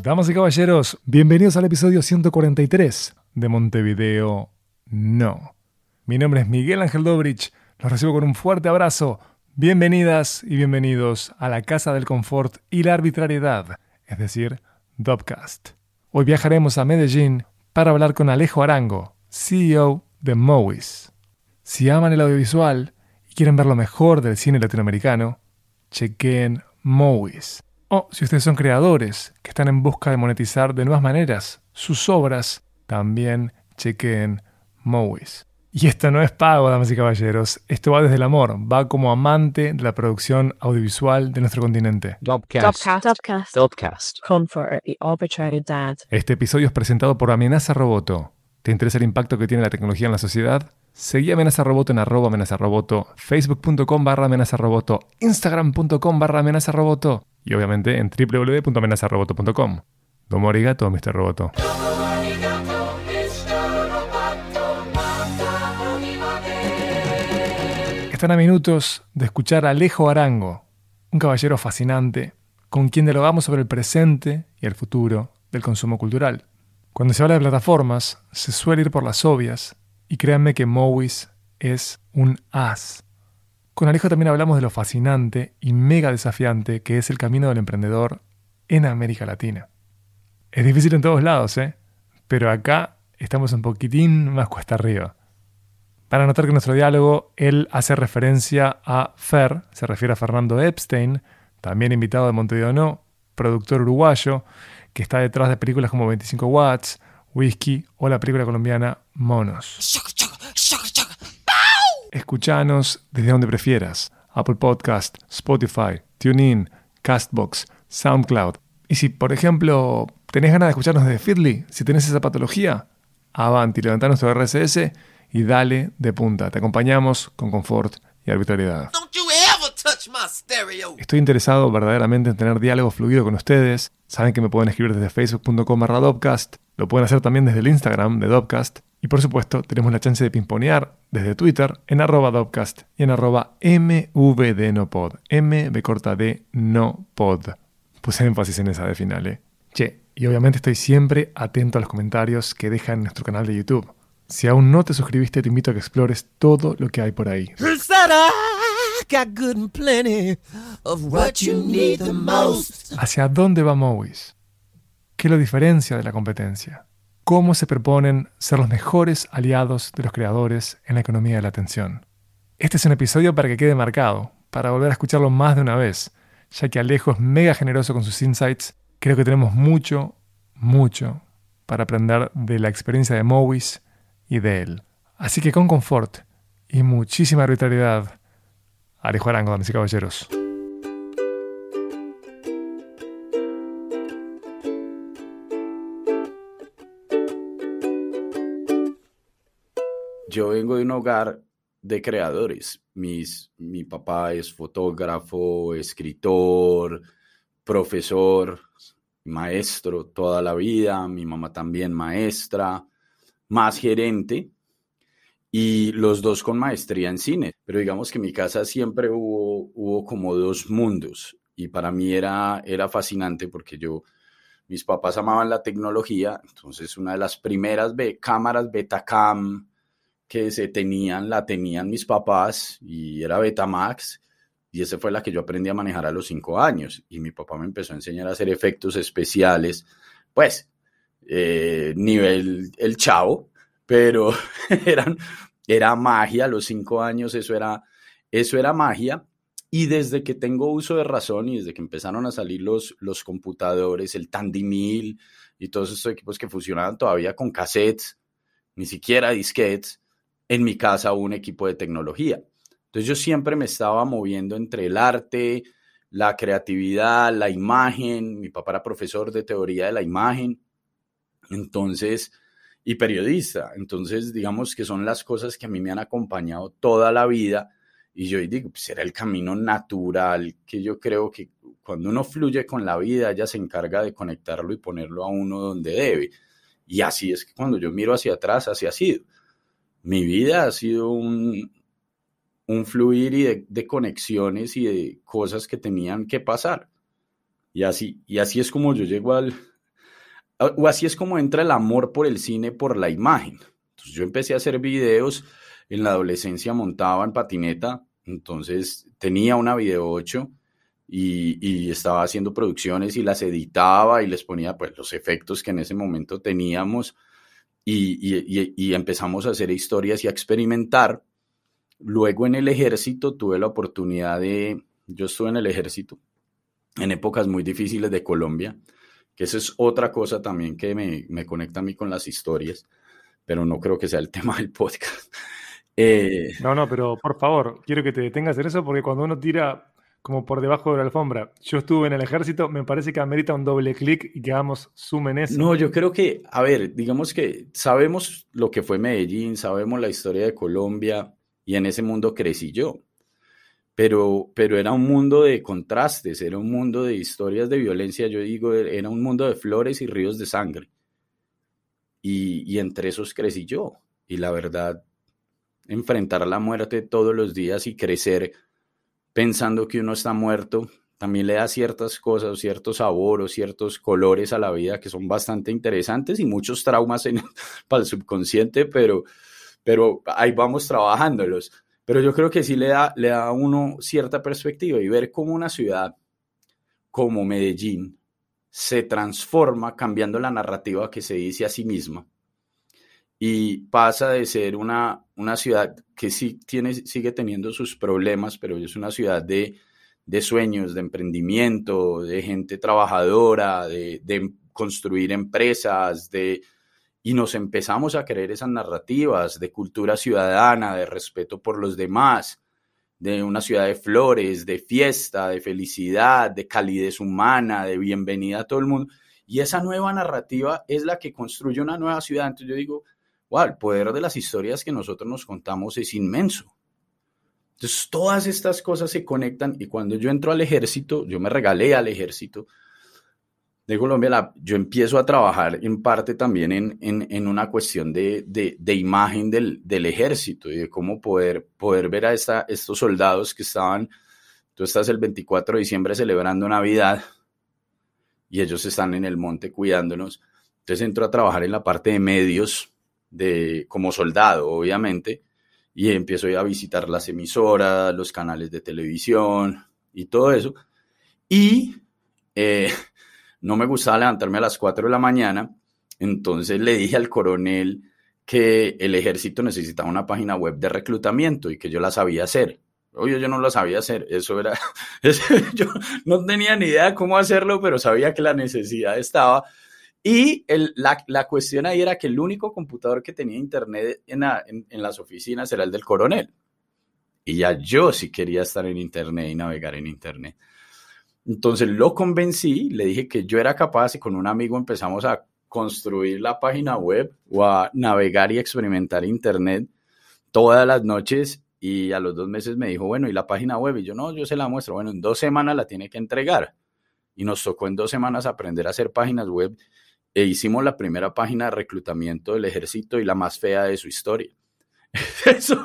Damas y caballeros, bienvenidos al episodio 143 de Montevideo No. Mi nombre es Miguel Ángel Dobrich, los recibo con un fuerte abrazo. Bienvenidas y bienvenidos a la Casa del Confort y la Arbitrariedad, es decir, Dopcast. Hoy viajaremos a Medellín para hablar con Alejo Arango, CEO de Movies. Si aman el audiovisual y quieren ver lo mejor del cine latinoamericano, chequen Movies. O si ustedes son creadores que están en busca de monetizar de nuevas maneras sus obras, también chequen Movies. Y esto no es pago, damas y caballeros. Esto va desde el amor, va como amante de la producción audiovisual de nuestro continente. Dopcast. Comfort y Arbitrariedad. Este episodio es presentado por Amenaza Roboto. ¿Te interesa el impacto que tiene la tecnología en la sociedad? Seguí a Amenaza Roboto en @amenazaroboto, facebook.com/amenazaroboto, instagram.com/amenazaroboto y obviamente en www.amenazaroboto.com. Domo arigato, Mr. Roboto. Están a minutos de escuchar a Alejo Arango, un caballero fascinante con quien dialogamos sobre el presente y el futuro del consumo cultural. Cuando se habla de plataformas, se suele ir por las obvias, y créanme que Movies es un as. Con Alejo también hablamos de lo fascinante y mega desafiante que es el camino del emprendedor en América Latina. Es difícil en todos lados, pero acá estamos un poquitín más cuesta arriba. Para notar que en nuestro diálogo él hace referencia a Fer, se refiere a Fernando Epstein, también invitado de Montevideo No, productor uruguayo, que está detrás de películas como 25 Watts, Whisky o la película colombiana Monos. Escuchanos desde donde prefieras. Apple Podcast, Spotify, TuneIn, Castbox, SoundCloud. Y si, por ejemplo, tenés ganas de escucharnos desde Feedly, si tenés esa patología, avanti, levantá nuestro RSS y dale de punta. Te acompañamos con confort y arbitrariedad. Estoy interesado verdaderamente en tener diálogo fluido con ustedes. Saben que me pueden escribir desde facebook.com/Dopcast. Lo pueden hacer también desde el Instagram de Dopcast. Y por supuesto, tenemos la chance de pimponear desde Twitter en @Dopcast y en @MVDNoPod. MB no pod. Puse énfasis en esa de final, Che, y obviamente estoy siempre atento a los comentarios que dejan en nuestro canal de YouTube. Si aún no te suscribiste, te invito a que explores todo lo que hay por ahí. ¿Hacia dónde va Movies? ¿Qué lo diferencia de la competencia? ¿Cómo se proponen ser los mejores aliados de los creadores en la economía de la atención? Este es un episodio para que quede marcado, para volver a escucharlo más de una vez, ya que Alejo es mega generoso con sus insights. Creo que tenemos mucho para aprender de la experiencia de Movies y de él. Así que con confort y muchísima arbitrariedad, Alejo Arango, damas y caballeros. Yo vengo de un hogar de creadores. Mi papá es fotógrafo, escritor, profesor, maestro toda la vida. Mi mamá también maestra, más gerente. Y los dos con maestría en cine. Pero digamos que en mi casa siempre hubo como dos mundos. Y para mí era fascinante porque mis papás amaban la tecnología. Entonces una de las primeras cámaras Betacam que la tenían mis papás y era Betamax. Y esa fue la que yo aprendí a manejar a los 5 años. Y mi papá me empezó a enseñar a hacer efectos especiales. Pues, nivel El Chavo. Pero era magia a los 5 años, eso era magia. Y desde que tengo uso de razón y desde que empezaron a salir los computadores, el Tandy 1000 y todos estos equipos que funcionaban todavía con cassettes, ni siquiera disquetes, en mi casa hubo un equipo de tecnología. Entonces yo siempre me estaba moviendo entre el arte, la creatividad, la imagen. Mi papá era profesor de teoría de la imagen. Entonces... y periodista. Entonces, digamos que son las cosas que a mí me han acompañado toda la vida y yo digo, pues era el camino natural que yo creo que cuando uno fluye con la vida, ella se encarga de conectarlo y ponerlo a uno donde debe. Y así es que cuando yo miro hacia atrás, así ha sido. Mi vida ha sido un fluir y de conexiones y de cosas que tenían que pasar. Y así es como yo llego o así es como entra el amor por el cine, por la imagen. Entonces yo empecé a hacer videos, en la adolescencia montaba en patineta, entonces tenía una Video 8 y estaba haciendo producciones y las editaba y les ponía pues los efectos que en ese momento teníamos y empezamos a hacer historias y a experimentar. Luego en el ejército tuve la oportunidad yo estuve en el ejército en épocas muy difíciles de Colombia, que esa es otra cosa también que me conecta a mí con las historias, pero no creo que sea el tema del podcast. No, pero por favor, quiero que te detengas en eso porque cuando uno tira como por debajo de la alfombra, yo estuve en el ejército, me parece que amerita un doble clic y que hagamos zoom en eso. No, yo creo que, a ver, digamos que sabemos lo que fue Medellín, sabemos la historia de Colombia y en ese mundo crecí yo, pero era un mundo de contrastes, era un mundo de historias de violencia, yo digo, era un mundo de flores y ríos de sangre y entre esos crecí yo y la verdad, enfrentar la muerte todos los días y crecer pensando que uno está muerto, también le da ciertas cosas, ciertos sabores, ciertos colores a la vida que son bastante interesantes y muchos traumas para el subconsciente, pero ahí vamos trabajándolos. Pero yo creo que sí le da a uno cierta perspectiva y ver cómo una ciudad como Medellín se transforma cambiando la narrativa que se dice a sí misma y pasa de ser una ciudad que sí sigue teniendo sus problemas, pero es una ciudad de sueños, de emprendimiento, de gente trabajadora, de construir empresas, y nos empezamos a creer esas narrativas de cultura ciudadana, de respeto por los demás, de una ciudad de flores, de fiesta, de felicidad, de calidez humana, de bienvenida a todo el mundo. Y esa nueva narrativa es la que construye una nueva ciudad. Entonces yo digo, wow, el poder de las historias que nosotros nos contamos es inmenso. Entonces todas estas cosas se conectan y cuando yo entro al ejército, yo me regalé al ejército de Colombia, yo empiezo a trabajar en parte también en una cuestión de imagen del ejército y de cómo poder ver a estos soldados que tú estás el 24 de diciembre celebrando Navidad y ellos están en el monte cuidándonos. Entonces entro a trabajar en la parte de medios, como soldado, obviamente, y empiezo a visitar las emisoras, los canales de televisión y todo eso. Y no me gustaba levantarme a las 4 de la mañana, entonces le dije al coronel que el ejército necesitaba una página web de reclutamiento y que yo la sabía hacer. Obvio, yo no lo sabía hacer, yo no tenía ni idea de cómo hacerlo, pero sabía que la necesidad estaba. Y la cuestión ahí era que el único computador que tenía internet en las oficinas era el del coronel. Y ya yo sí quería estar en internet y navegar en internet. Entonces lo convencí, le dije que yo era capaz y con un amigo empezamos a construir la página web o a navegar y experimentar internet todas las noches y a los 2 meses me dijo, bueno, ¿y la página web? Y yo, no, yo se la muestro. Bueno, en 2 semanas la tiene que entregar. Y nos tocó en 2 semanas aprender a hacer páginas web e hicimos la primera página de reclutamiento del ejército y la más fea de su historia. Eso,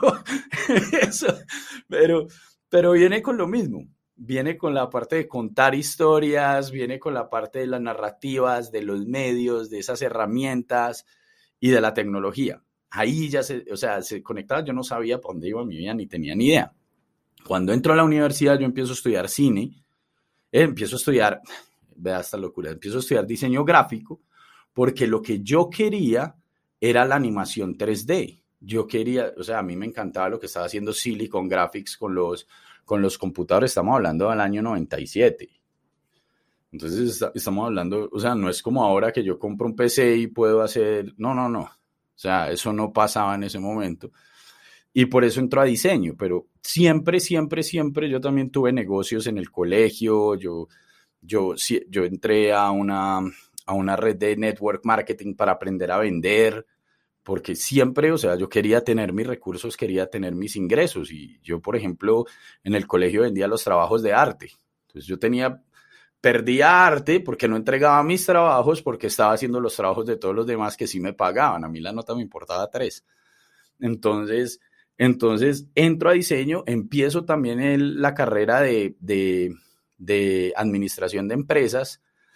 pero viene con lo mismo. Viene con la parte de contar historias, viene con la parte de las narrativas, de los medios, de esas herramientas y de la tecnología. Ahí ya se conectaba, yo no sabía para dónde iba mi vida, ni tenía ni idea. Cuando entro a la universidad, yo empiezo a estudiar cine, empiezo a estudiar, vea esta locura, empiezo a estudiar diseño gráfico, porque lo que yo quería era la animación 3D. Yo quería, a mí me encantaba lo que estaba haciendo Silicon Graphics con los computadores, estamos hablando del año 97. Entonces estamos hablando, no es como ahora que yo compro un PC y puedo hacer, no. Eso no pasaba en ese momento. Y por eso entró a diseño, pero siempre yo también tuve negocios en el colegio, yo entré a una red de network marketing para aprender a vender, porque siempre, yo quería tener mis recursos, quería tener mis ingresos y yo, por ejemplo, en el colegio vendía los trabajos de arte. Entonces perdía arte porque no entregaba mis trabajos porque estaba haciendo los trabajos de todos los demás que sí me pagaban. A mí la nota me importaba 3. Entonces entro a diseño, empiezo también la carrera de administración de empresas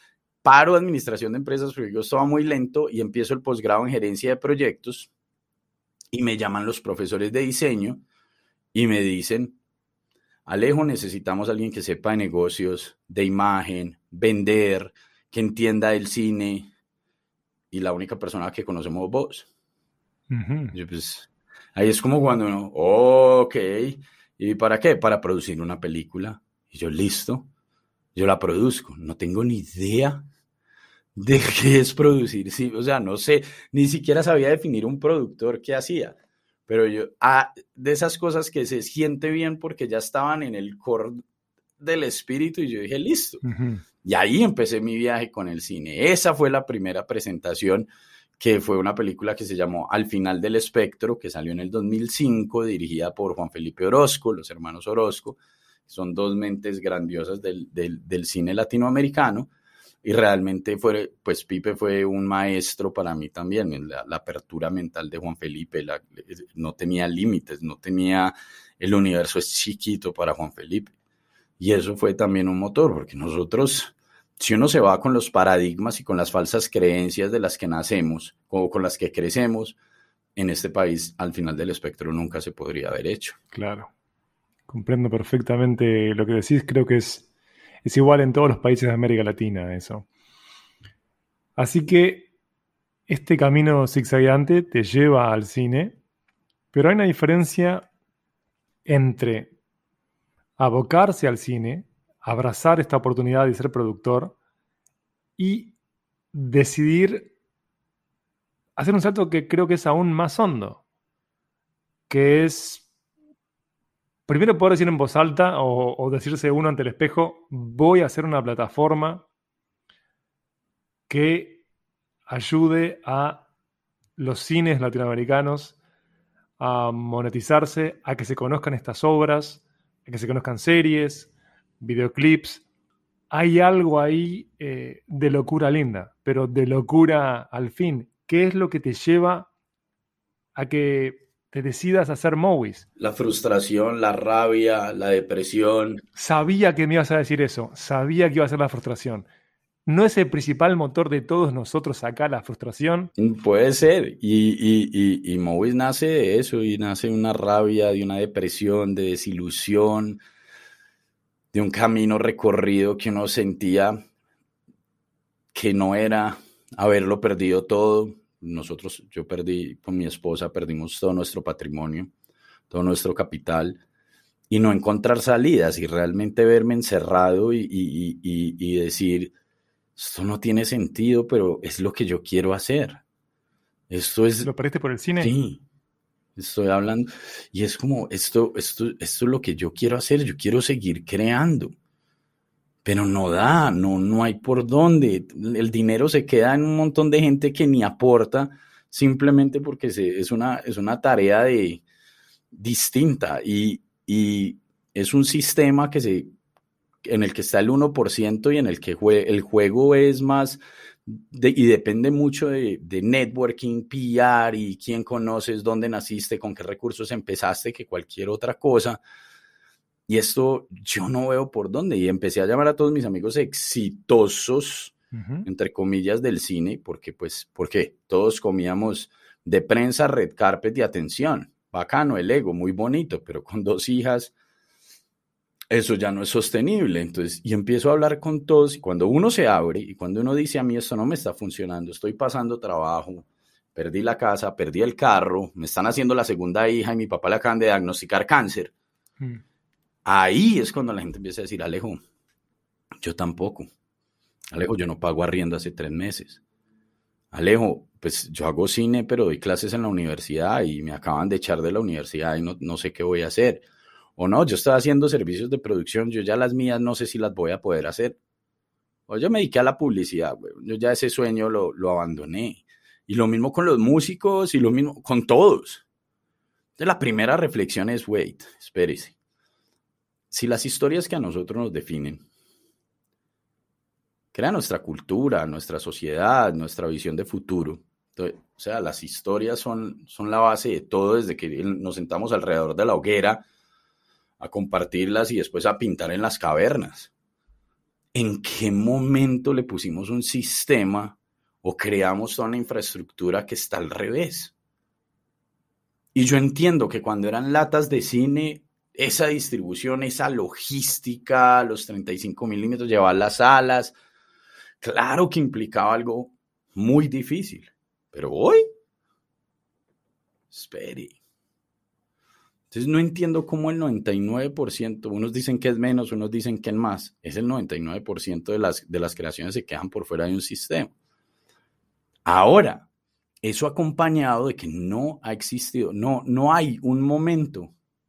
paro administración de empresas porque yo estaba muy lento y empiezo el posgrado en gerencia de proyectos y me llaman los profesores de diseño y me dicen, Alejo, necesitamos a alguien que sepa de negocios, de imagen, vender, que entienda del cine, y la única persona que conocemos vos. Ujú. Yo, pues, ahí es como cuando uno, ok, ¿y para qué? Para producir una película. Y yo, listo, yo la produzco. No tengo ni idea de qué es producir, sí, o sea, no sé, ni siquiera sabía definir un productor qué hacía. Pero yo, de esas cosas que se siente bien porque ya estaban en el core del espíritu, y yo dije, listo. Ujú. Y ahí empecé mi viaje con el cine. Esa fue la primera presentación, que fue una película que se llamó Al final del espectro, que salió en el 2005, dirigida por Juan Felipe Orozco, los hermanos Orozco. Son dos mentes grandiosas del cine latinoamericano. Y realmente pues Pipe fue un maestro para mí también. La apertura mental de Juan Felipe no tenía límites, no tenía, el universo es chiquito para Juan Felipe. Y eso fue también un motor, porque nosotros, si uno se va con los paradigmas y con las falsas creencias de las que nacemos o con las que crecemos, en este país, al final del espectro, nunca se podría haber hecho. Claro. Comprendo perfectamente lo que decís. Creo que es igual en todos los países de América Latina eso. Así que este camino zigzagueante te lleva al cine, pero hay una diferencia entre abocarse al cine, abrazar esta oportunidad de ser productor y decidir hacer un salto que creo que es aún más hondo, que es primero poder decir en voz alta o decirse uno ante el espejo, voy a hacer una plataforma que ayude a los cines latinoamericanos a monetizarse, a que se conozcan estas obras, a que se conozcan series, videoclips. Hay algo ahí de locura linda, pero de locura al fin. ¿Qué es lo que te lleva a que te decidas a hacer movies? La frustración, la rabia, la depresión. Sabía que me ibas a decir eso, sabía que iba a ser la frustración. ¿No es el principal motor de todos nosotros acá la frustración? Puede ser, y Movies nace de eso, y nace de una rabia, de una depresión, de desilusión, de un camino recorrido que uno sentía que no era haberlo perdido todo. Yo perdí con mi esposa, perdimos todo nuestro patrimonio, todo nuestro capital, y no encontrar salidas, y realmente verme encerrado y decir, esto no tiene sentido, pero es lo que yo quiero hacer. Esto es... ¿Lo perdiste por el cine? Sí, estoy hablando, y es como, esto es lo que yo quiero hacer, yo quiero seguir creando, pero no da, no hay por dónde. El dinero se queda en un montón de gente que ni aporta, simplemente porque es una tarea distinta, y es un sistema en el que está el 1% y en el que el juego es más y depende mucho de networking, PR y quién conoces, dónde naciste, con qué recursos empezaste, que cualquier otra cosa. Y esto yo no veo por dónde. Y empecé a llamar a todos mis amigos exitosos, entre comillas, del cine, porque todos comíamos de prensa, red carpet y atención. Bacano, el ego, muy bonito, pero con 2 hijas, eso ya no es sostenible. Entonces, y empiezo a hablar con todos, y cuando uno se abre y cuando uno dice, a mí esto no me está funcionando, estoy pasando trabajo, perdí la casa, perdí el carro, me están haciendo la segunda hija y mi papá le acaban de diagnosticar cáncer. Ahí es cuando la gente empieza a decir, Alejo, yo tampoco. Alejo, yo no pago arriendo hace 3 meses. Alejo, pues yo hago cine, pero doy clases en la universidad y me acaban de echar de la universidad y no sé qué voy a hacer. O no, yo estaba haciendo servicios de producción, yo ya las mías no sé si las voy a poder hacer. O yo me dediqué a la publicidad, güey. Yo ya ese sueño lo abandoné. Y lo mismo con los músicos y lo mismo con todos. Entonces la primera reflexión es, wait, espérese. Si las historias que a nosotros nos definen crean nuestra cultura, nuestra sociedad, nuestra visión de futuro, entonces, o sea, las historias son la base de todo, desde que nos sentamos alrededor de la hoguera a compartirlas y después a pintar en las cavernas. ¿en qué momento le pusimos un sistema o creamos toda una infraestructura que está al revés? Y yo entiendo que cuando eran latas de cine, esa distribución, esa logística, los 35 milímetros, llevar las alas, claro que implicaba algo muy difícil. Pero hoy, espere. Entonces no entiendo cómo el 99%, unos dicen que es menos, unos dicen que es más, es el 99% de las creaciones se quedan por fuera de un sistema. Ahora, eso acompañado de que no ha existido, no hay un momento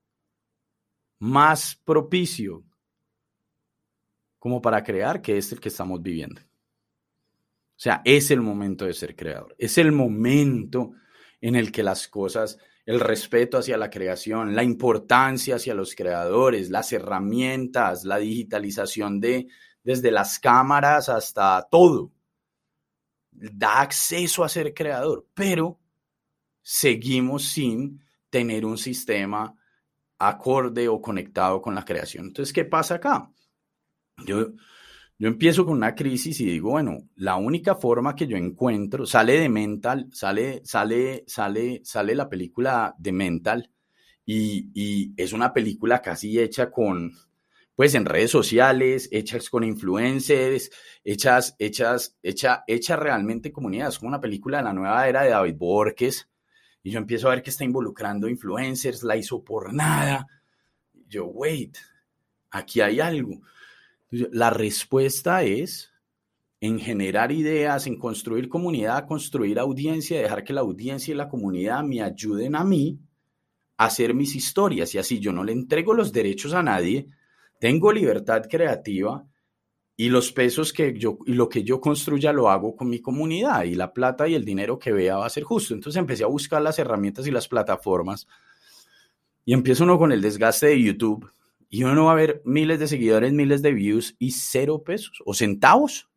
más propicio como para crear que es el que estamos viviendo. O sea, es el momento de ser creador, es el momento en el que las cosas, el respeto hacia la creación, la importancia hacia los creadores, las herramientas, la digitalización desde las cámaras hasta todo, da acceso a ser creador, pero seguimos sin tener un sistema acorde o conectado con la creación. Entonces, ¿qué pasa acá? Yo empiezo con una crisis y digo, bueno, la única forma que yo encuentro, sale de Mental, sale la película de Mental y es una película casi hecha con, pues en redes sociales, hechas con influencers, hecha realmente comunidad. Es como una película de la nueva era de David Borges y yo empiezo a ver que está involucrando influencers, la hizo por nada. Yo, wait, aquí hay algo. La respuesta es en generar ideas, en construir comunidad, construir audiencia, dejar que la audiencia y la comunidad me ayuden a mí a hacer mis historias. Y así yo no le entrego los derechos a nadie, tengo libertad creativa y los pesos y lo que yo construya lo hago con mi comunidad y la plata y el dinero que vea va a ser justo. Entonces empecé a buscar las herramientas y las plataformas y empiezo uno con el desgaste de YouTube. Y uno va a ver miles de seguidores, miles de views y 0 pesos o centavos.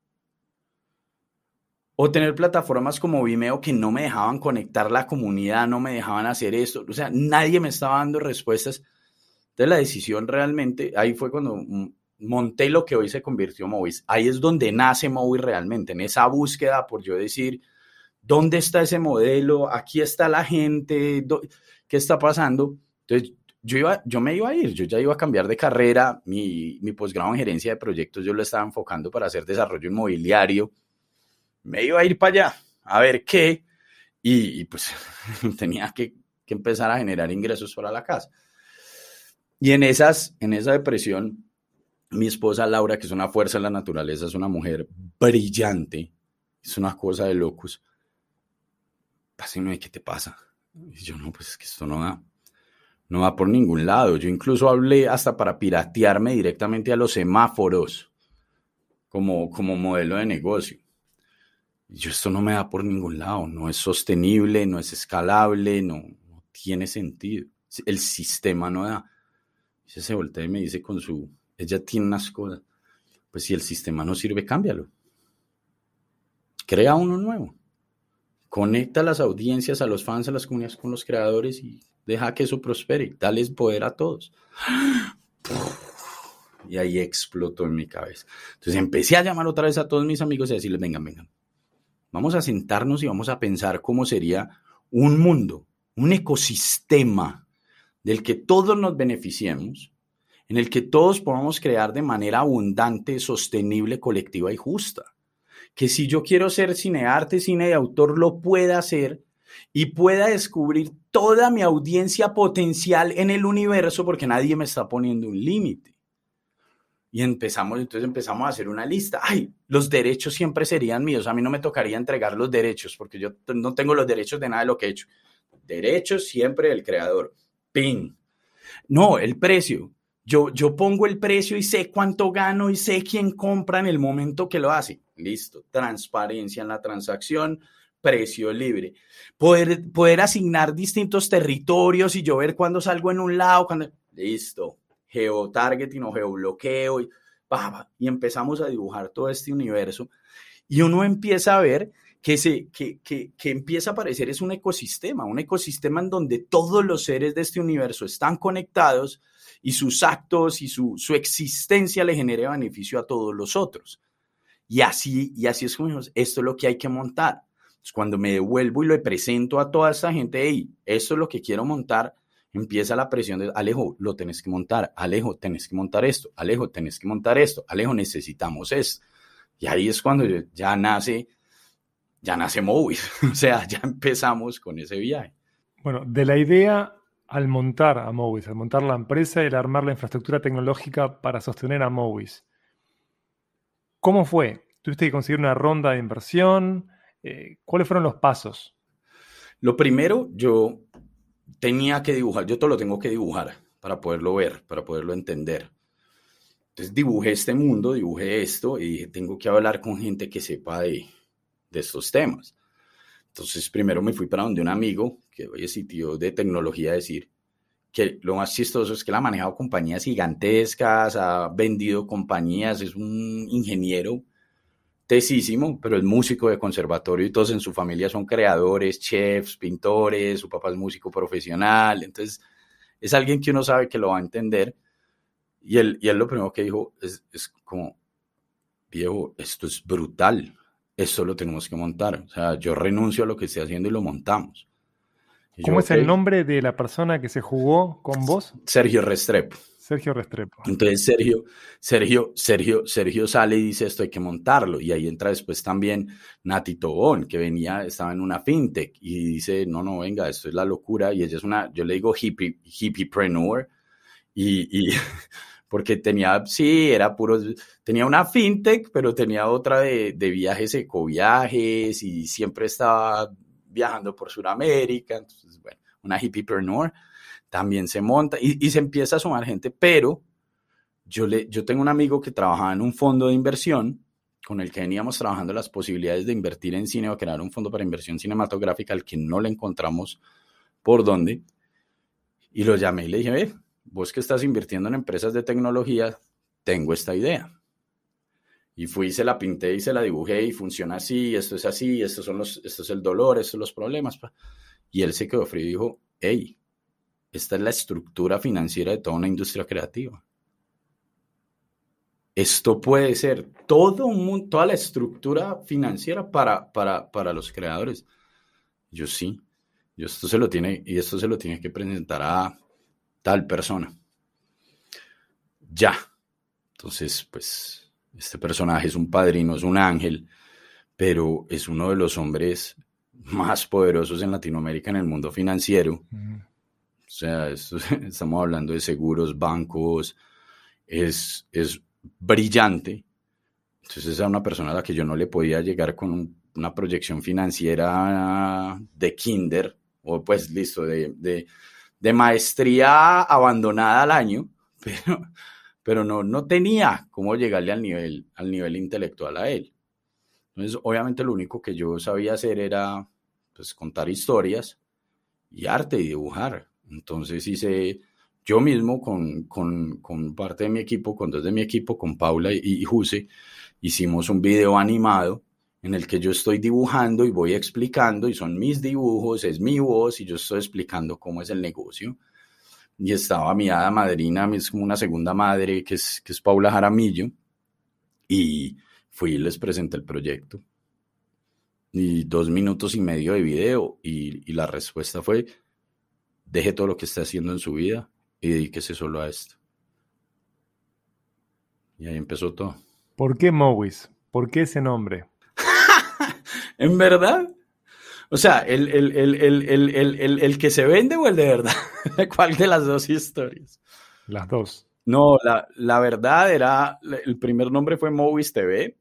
O tener plataformas como Vimeo que no me dejaban conectar la comunidad, no me dejaban hacer esto. O sea, nadie me estaba dando respuestas. Entonces la decisión realmente, ahí fue cuando monté lo que hoy se convirtió en Movies. Ahí es donde nace Movies realmente, en esa búsqueda por yo decir, ¿dónde está ese modelo? Aquí está la gente, ¿qué está pasando? Entonces, yo me iba a ir, yo ya iba a cambiar de carrera, mi posgrado en gerencia de proyectos yo lo estaba enfocando para hacer desarrollo inmobiliario, me iba a ir para allá, a ver qué, y pues tenía que empezar a generar ingresos para la casa. Y en esa depresión, mi esposa Laura, que es una fuerza de la naturaleza, es una mujer brillante, es una cosa de locos, pásame, ¿qué te pasa? Y yo, no, pues es que esto no va por ningún lado. Yo incluso hablé hasta para piratearme directamente a los semáforos como modelo de negocio. Y yo, esto no me da por ningún lado. No es sostenible, no es escalable, no tiene sentido. El sistema no da. Ella se voltea y me dice ella tiene unas cosas. Pues si el sistema no sirve, cámbialo. Crea uno nuevo. Conecta a las audiencias, a los fans, a las comunidades con los creadores y deja que eso prospere. Dales poder a todos. Y ahí explotó en mi cabeza. Entonces empecé a llamar otra vez a todos mis amigos y a decirles, vengan. Vamos a sentarnos y vamos a pensar cómo sería un mundo, un ecosistema del que todos nos beneficiemos, en el que todos podamos crear de manera abundante, sostenible, colectiva y justa. Que si yo quiero ser cinearte, cine de autor, lo pueda hacer y pueda descubrir toda mi audiencia potencial en el universo porque nadie me está poniendo un límite. Y empezamos a hacer una lista. Ay, los derechos siempre serían míos. A mí no me tocaría entregar los derechos porque yo no tengo los derechos de nada de lo que he hecho. Derechos siempre del creador. ¡Ping! No, el precio. Yo pongo el precio y sé cuánto gano y sé quién compra en el momento que lo hace. Listo. Transparencia en la transacción, precio libre. Poder asignar distintos territorios y yo ver cuándo salgo en un lado, listo. Geotargeting o geobloqueo y empezamos a dibujar todo este universo y uno empieza a ver que empieza a aparecer es un ecosistema en donde todos los seres de este universo están conectados y sus actos y su existencia le genera beneficio a todos los otros. Y así es como dijimos, esto es lo que hay que montar. Entonces, cuando me devuelvo y lo presento a toda esta gente, hey, esto es lo que quiero montar, empieza la presión de, Alejo, lo tenés que montar, Alejo, tenés que montar esto, Alejo, tenés que montar esto, Alejo, necesitamos esto. Y ahí es cuando ya nace Movies, o sea, ya empezamos con ese viaje. Bueno, de la idea al montar a Movies, al montar la empresa y al armar la infraestructura tecnológica para sostener a Movies, ¿cómo fue? ¿Tuviste que conseguir una ronda de inversión? ¿Cuáles fueron los pasos? Lo primero, yo tenía que dibujar, yo todo lo tengo que dibujar para poderlo ver, para poderlo entender. Entonces dibujé este mundo, dibujé esto y dije, tengo que hablar con gente que sepa de estos temas. Entonces primero me fui para donde un amigo, que hoy es sitio de tecnología, decir que lo más chistoso es que él ha manejado compañías gigantescas, ha vendido compañías, es un ingeniero tesísimo, pero es músico de conservatorio y todos en su familia son creadores, chefs, pintores, su papá es músico profesional, entonces es alguien que uno sabe que lo va a entender. Y él lo primero que dijo es como, viejo, esto es brutal, esto lo tenemos que montar. O sea, yo renuncio a lo que estoy haciendo y lo montamos. Y ¿Cómo es el nombre de la persona que se jugó con vos? Sergio Restrepo. Sergio Restrepo. Entonces Sergio sale y dice, esto hay que montarlo. Y ahí entra después también Nati Tobón, que estaba en una fintech y dice, no, venga, esto es la locura. Y ella es yo le digo hippiepreneur. Y porque tenía una fintech, pero tenía otra de viajes, ecoviajes, y siempre estaba viajando por Sudamérica. Entonces, bueno, una hippiepreneur. También se monta y se empieza a sumar gente, pero yo tengo un amigo que trabajaba en un fondo de inversión con el que veníamos trabajando las posibilidades de invertir en cine o crear un fondo para inversión cinematográfica al que no le encontramos por dónde. Y lo llamé y le dije, vos que estás invirtiendo en empresas de tecnología, tengo esta idea. Y fui y se la pinté y se la dibujé y funciona así, esto es así, esto es el dolor, estos son los problemas. Y él se quedó frío y dijo, hey, esta es la estructura financiera de toda una industria creativa. Esto puede ser toda la estructura financiera para los creadores. Yo sí. Esto se lo tiene que presentar a tal persona. Ya. Entonces, pues, este personaje es un padrino, es un ángel, pero es uno de los hombres más poderosos en Latinoamérica en el mundo financiero. O sea, estamos hablando de seguros, bancos, es brillante. Entonces era una persona a la que yo no le podía llegar con una proyección financiera de kinder, o pues listo, de maestría abandonada al año, pero no tenía cómo llegarle al nivel intelectual a él. Entonces, obviamente lo único que yo sabía hacer era pues contar historias y arte y dibujar. Entonces hice yo mismo con parte de mi equipo, con dos de mi equipo, con Paula y Juse, hicimos un video animado en el que yo estoy dibujando y voy explicando, y son mis dibujos, es mi voz, y yo estoy explicando cómo es el negocio. Y estaba mi hada madrina, es como una segunda madre, que es Paula Jaramillo, y fui y les presenté el proyecto. Y 2 minutos y medio de video, y la respuesta fue, deje todo lo que esté haciendo en su vida y dedíquese solo a esto. Y ahí empezó todo. ¿Por qué Movies? ¿Por qué ese nombre? ¿En verdad? O sea, ¿el que se vende o el de verdad? ¿Cuál de las dos historias? Las dos. No, la verdad era, el primer nombre fue Movies TV,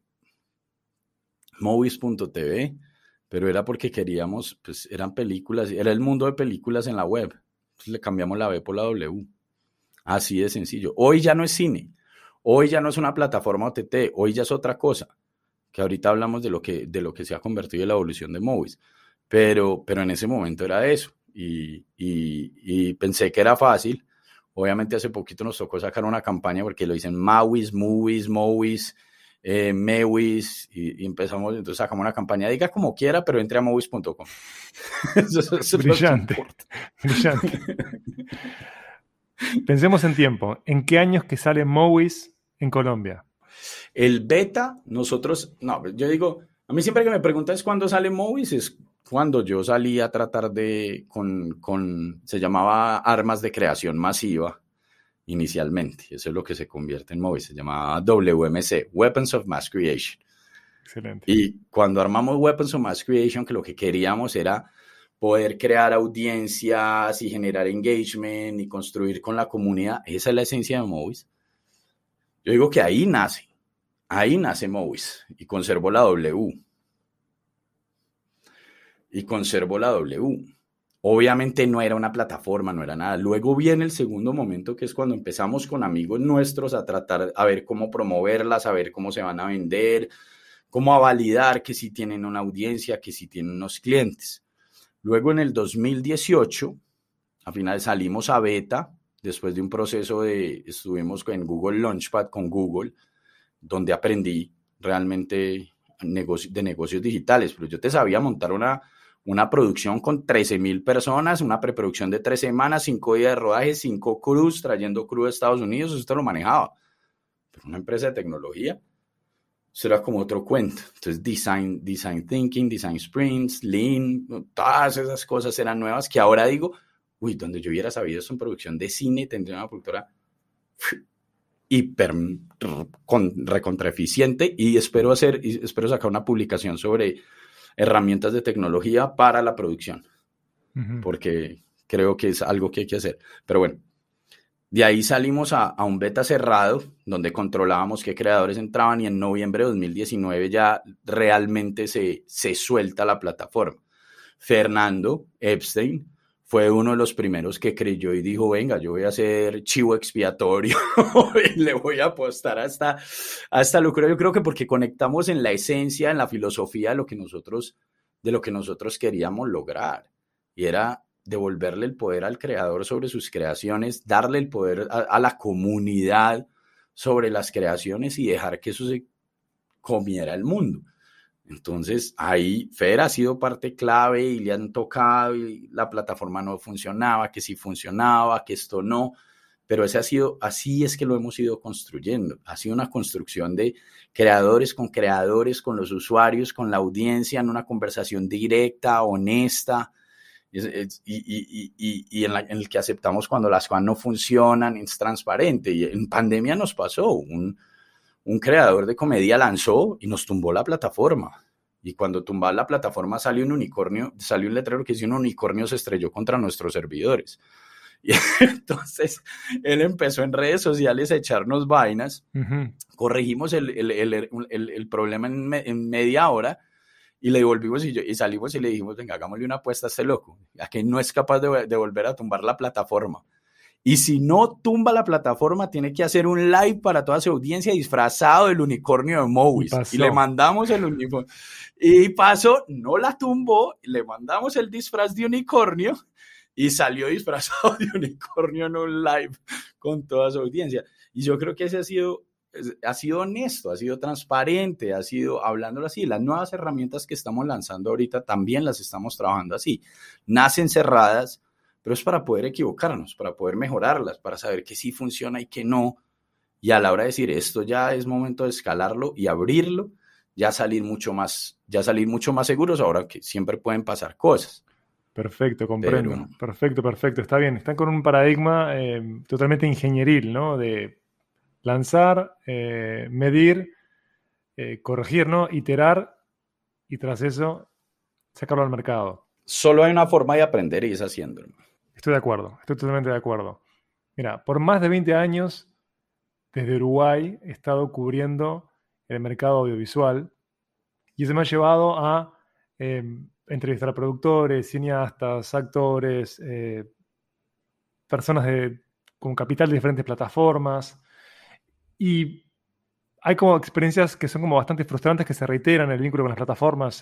Movies.tv, pero era porque queríamos, pues eran películas, era el mundo de películas en la web. Entonces le cambiamos la B por la W. Así de sencillo. Hoy ya no es cine. Hoy ya no es una plataforma OTT. Hoy ya es otra cosa. Que ahorita hablamos de lo que se ha convertido en la evolución de Movies. Pero en ese momento era eso. Y pensé que era fácil. Obviamente hace poquito nos tocó sacar una campaña porque lo dicen Movies. Mewis, y empezamos, entonces sacamos una campaña, diga como quiera, pero entre a mewis.com. Eso Brillante, brillante. Pensemos en tiempo. ¿En qué años que sale Mowis en Colombia? El beta, nosotros, no, yo digo, a mí siempre que me preguntas cuándo sale Mowis es cuando yo salí a tratar se llamaba armas de creación masiva inicialmente. Eso es lo que se convierte en Mowis, se llamaba WMC, Weapons of Mass Creation. Excelente. Y cuando armamos Weapons of Mass Creation, que lo que queríamos era poder crear audiencias y generar engagement y construir con la comunidad, esa es la esencia de Mowis. Yo digo que ahí nace Mowis y conservo la W. Obviamente no era una plataforma, no era nada. Luego viene el segundo momento, que es cuando empezamos con amigos nuestros a tratar, a ver cómo promoverlas, a ver cómo se van a vender, cómo a validar que sí tienen una audiencia, que sí tienen unos clientes. Luego en el 2018, al final salimos a beta, después de un proceso estuvimos en Google Launchpad con Google, donde aprendí realmente de negocios digitales, pero yo te sabía montar una producción con 13,000 personas, una preproducción de 3 semanas, 5 días de rodaje, 5 crews, trayendo crew de Estados Unidos, eso te lo manejaba. Pero una empresa de tecnología, eso era como otro cuento. Entonces, design thinking, design sprints, lean, todas esas cosas eran nuevas que ahora digo, donde yo hubiera sabido eso en producción de cine, tendría una productora recontraeficiente y espero sacar una publicación sobre herramientas de tecnología para la producción, porque creo que es algo que hay que hacer. Pero bueno, de ahí salimos a un beta cerrado, donde controlábamos qué creadores entraban, y en noviembre de 2019 ya realmente se suelta la plataforma. Fernando Epstein fue uno de los primeros que creyó y dijo, venga, yo voy a ser chivo expiatorio y le voy a apostar a esta locura. Yo creo que porque conectamos en la esencia, en la filosofía de lo que nosotros queríamos lograr, y era devolverle el poder al creador sobre sus creaciones, darle el poder a la comunidad sobre las creaciones y dejar que eso se comiera el mundo. Entonces, ahí Fer ha sido parte clave y le han tocado y la plataforma no funcionaba, que sí funcionaba, que esto no, pero así es que lo hemos ido construyendo. Ha sido una construcción de creadores, con los usuarios, con la audiencia, en una conversación directa, honesta, y en el que aceptamos cuando las cosas no funcionan, es transparente. Y en pandemia nos pasó, un creador de comedia lanzó y nos tumbó la plataforma. Y cuando tumbaba la plataforma salió un letrero que decía: un unicornio se estrelló contra nuestros servidores. Y entonces él empezó en redes sociales a echarnos vainas. Corregimos el problema en media hora y le devolvimos y salimos y le dijimos: venga, hagámosle una apuesta a este loco, a que no es capaz de volver a tumbar la plataforma. Y si no tumba la plataforma, tiene que hacer un live para toda su audiencia disfrazado del unicornio de Mowis. Y le mandamos el unicornio. Y pasó, no la tumbó, le mandamos el disfraz de unicornio y salió disfrazado de unicornio en un live con toda su audiencia. Y yo creo que ese ha sido honesto, ha sido transparente, ha sido hablándolo así. Las nuevas herramientas que estamos lanzando ahorita también las estamos trabajando así. Nacen cerradas, pero es para poder equivocarnos, para poder mejorarlas, para saber que sí funciona y que no. Y a la hora de decir esto ya es momento de escalarlo y abrirlo, ya salir mucho más seguros, ahora que siempre pueden pasar cosas. Perfecto, comprendo. Perfecto. Está bien. Están con un paradigma totalmente ingenieril, ¿no? De lanzar, medir, corregir, ¿no? Iterar y tras eso sacarlo al mercado. Solo hay una forma de aprender y es haciéndolo. Estoy totalmente de acuerdo. Mira, por más de 20 años, desde Uruguay, he estado cubriendo el mercado audiovisual y eso me ha llevado a entrevistar a productores, cineastas, actores, personas con capital de diferentes plataformas, y hay como experiencias que son como bastante frustrantes, que se reiteran en el vínculo con las plataformas,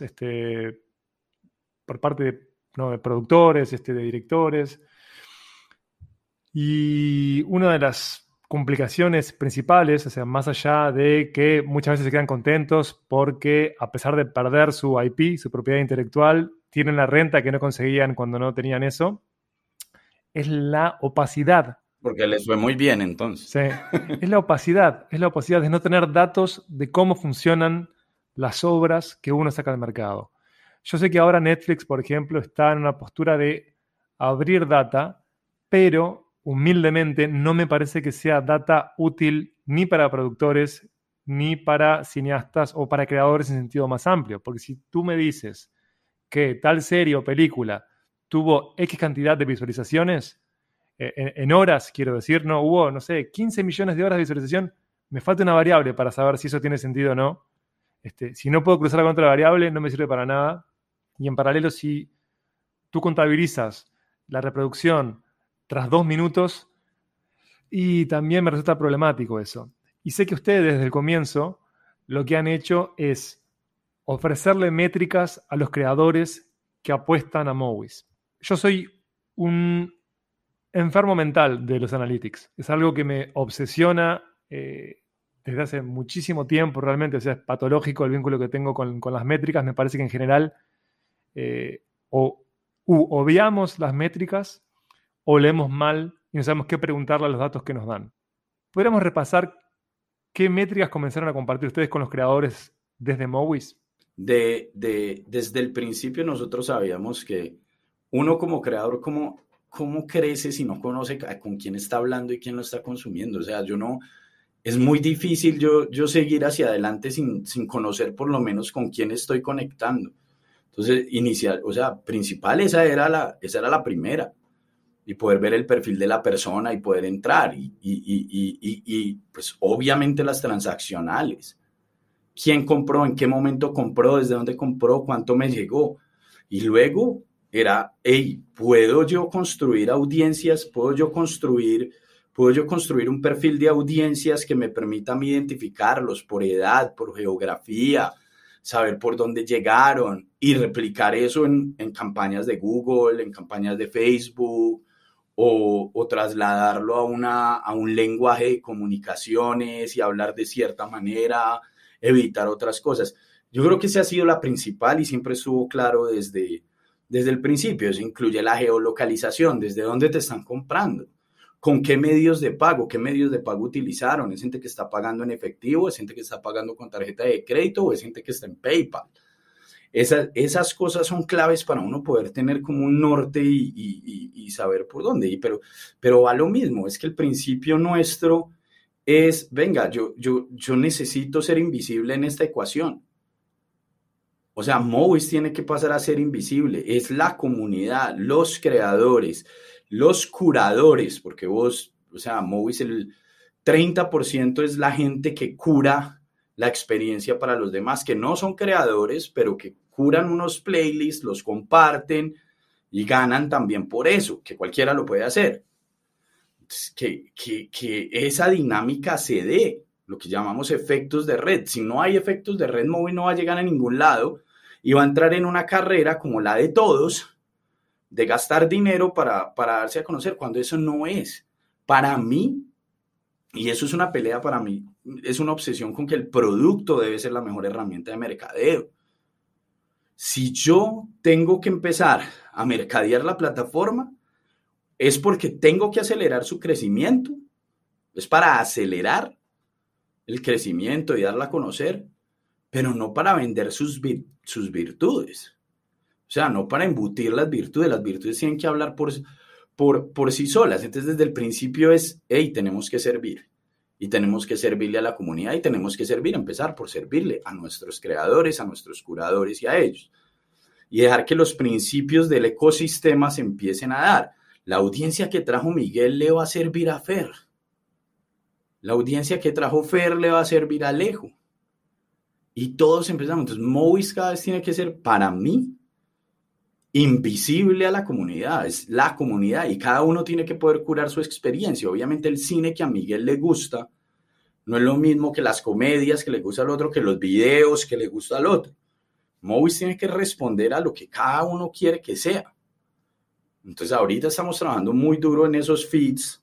por parte de productores, de directores. Y una de las complicaciones principales, o sea, más allá de que muchas veces se quedan contentos porque a pesar de perder su IP, su propiedad intelectual, tienen la renta que no conseguían cuando no tenían eso, es la opacidad. Porque les fue muy bien entonces. Sí, es la opacidad de no tener datos de cómo funcionan las obras que uno saca al mercado. Yo sé que ahora Netflix, por ejemplo, está en una postura de abrir data, pero humildemente no me parece que sea data útil ni para productores, ni para cineastas o para creadores en sentido más amplio. Porque si tú me dices que tal serie o película tuvo X cantidad de visualizaciones, en horas, quiero decir, no hubo, no sé, 15 millones de horas de visualización, me falta una variable para saber si eso tiene sentido o no. Si no puedo cruzar con otra variable, no me sirve para nada. Y en paralelo, si tú contabilizas la reproducción tras 2 minutos, y también me resulta problemático eso. Y sé que ustedes desde el comienzo lo que han hecho es ofrecerle métricas a los creadores que apuestan a Mowis. Yo soy un enfermo mental de los analytics. Es algo que me obsesiona desde hace muchísimo tiempo realmente. O sea, es patológico el vínculo que tengo con las métricas. Me parece que en general obviamos las métricas o leemos mal y no sabemos qué preguntarle a los datos que nos dan. ¿Podríamos repasar qué métricas comenzaron a compartir ustedes con los creadores desde Mowis? Desde el principio nosotros sabíamos que uno como creador, ¿cómo crece si no conoce con quién está hablando y quién lo está consumiendo? O sea, es muy difícil yo seguir hacia adelante sin conocer por lo menos con quién estoy conectando. Entonces, principal, esa era la primera. Y poder ver el perfil de la persona y poder entrar. Y pues obviamente las transaccionales. ¿Quién compró? ¿En qué momento compró? ¿Desde dónde compró? ¿Cuánto me llegó? Y luego era, ¿puedo yo construir audiencias? ¿Puedo yo construir un perfil de audiencias que me permita a mí identificarlos por edad, por geografía, saber por dónde llegaron y replicar eso en campañas de Google, en campañas de Facebook, o trasladarlo a un lenguaje de comunicaciones y hablar de cierta manera, evitar otras cosas? Yo creo que esa ha sido la principal y siempre estuvo claro desde el principio. Eso incluye la geolocalización, desde dónde te están comprando, con qué medios de pago utilizaron. ¿Es gente que está pagando en efectivo? ¿Es gente que está pagando con tarjeta de crédito? ¿O es gente que está en PayPal? Esas cosas son claves para uno poder tener como un norte y saber por dónde ir. Pero va lo mismo, es que el principio nuestro es, venga, yo necesito ser invisible en esta ecuación. O sea, Mowis tiene que pasar a ser invisible. Es la comunidad, los creadores, los curadores, porque Mowis, el 30% es la gente que cura la experiencia para los demás, que no son creadores, pero que curan unos playlists, los comparten y ganan también por eso, que cualquiera lo puede hacer. Entonces, que esa dinámica se dé, lo que llamamos efectos de red. Si no hay efectos de red, Mowis no va a llegar a ningún lado y va a entrar en una carrera como la de todos, de gastar dinero para darse a conocer, cuando eso no es. Para mí, y eso es una pelea para mí, es una obsesión con que el producto debe ser la mejor herramienta de mercadeo. Si yo tengo que empezar a mercadear la plataforma, es porque tengo que acelerar su crecimiento. Es para acelerar el crecimiento y darla a conocer, pero no para vender sus virtudes. O sea, no para embutir las virtudes. Las virtudes tienen que hablar por sí solas. Entonces, desde el principio es, tenemos que servir. Y tenemos que servirle a la comunidad y tenemos que empezar por servirle a nuestros creadores, a nuestros curadores y a ellos. Y dejar que los principios del ecosistema se empiecen a dar. La audiencia que trajo Miguel le va a servir a Fer. La audiencia que trajo Fer le va a servir a Alejo. Y todos empezamos. Entonces, Mowis cada vez tiene que ser, para mí, invisible a la comunidad. Es la comunidad y cada uno tiene que poder curar su experiencia. Obviamente el cine que a Miguel le gusta no es lo mismo que las comedias que le gusta al otro, que los videos que le gusta al otro. Mowis tiene que responder a lo que cada uno quiere que sea. Entonces ahorita estamos trabajando muy duro en esos feeds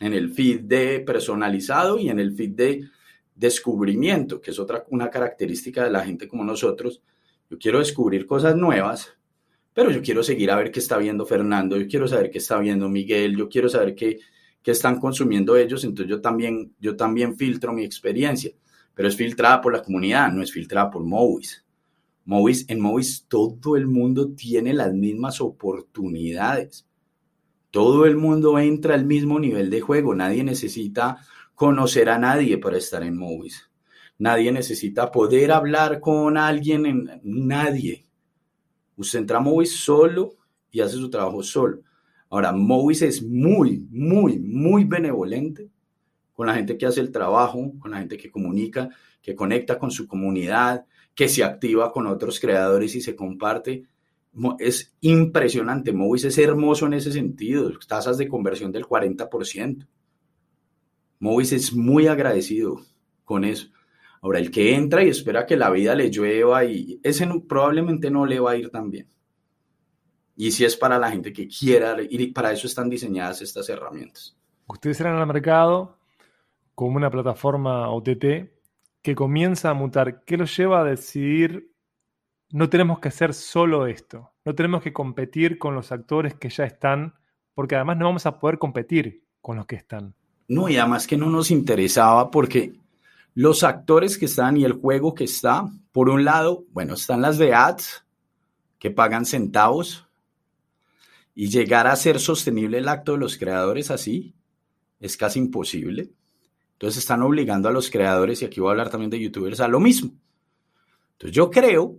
en el feed de personalizado y en el feed de descubrimiento, que es una característica de la gente como nosotros. Yo quiero descubrir cosas nuevas, pero yo quiero seguir a ver qué está viendo Fernando, yo quiero saber qué está viendo Miguel, yo quiero saber qué están consumiendo ellos, entonces yo también filtro mi experiencia, pero es filtrada por la comunidad, no es filtrada por Movies. En Movies todo el mundo tiene las mismas oportunidades. Todo el mundo entra al mismo nivel de juego. Nadie necesita conocer a nadie para estar en Movies. Nadie necesita poder hablar con alguien. Nadie. Usted entra a Movies solo y hace su trabajo solo. Ahora, Movies es muy, muy, muy benevolente con la gente que hace el trabajo, con la gente que comunica, que conecta con su comunidad, que se activa con otros creadores y se comparte. Es impresionante. Movies es hermoso en ese sentido. Tasas de conversión del 40%. Movies es muy agradecido con eso. Ahora, el que entra y espera que la vida le llueva, y ese probablemente no le va a ir tan bien. Y si es para la gente que quiera, y para eso están diseñadas estas herramientas. Ustedes entran al mercado como una plataforma OTT que comienza a mutar. ¿Qué los lleva a decidir: no tenemos que hacer solo esto, no tenemos que competir con los actores que ya están, porque además no vamos a poder competir con los que están? No, y además que no nos interesaba, porque los actores que están y el juego que está, por un lado, bueno, están las de ads, que pagan centavos, y llegar a ser sostenible el acto de los creadores así es casi imposible. Entonces están obligando a los creadores, y aquí voy a hablar también de youtubers, a lo mismo. Entonces yo creo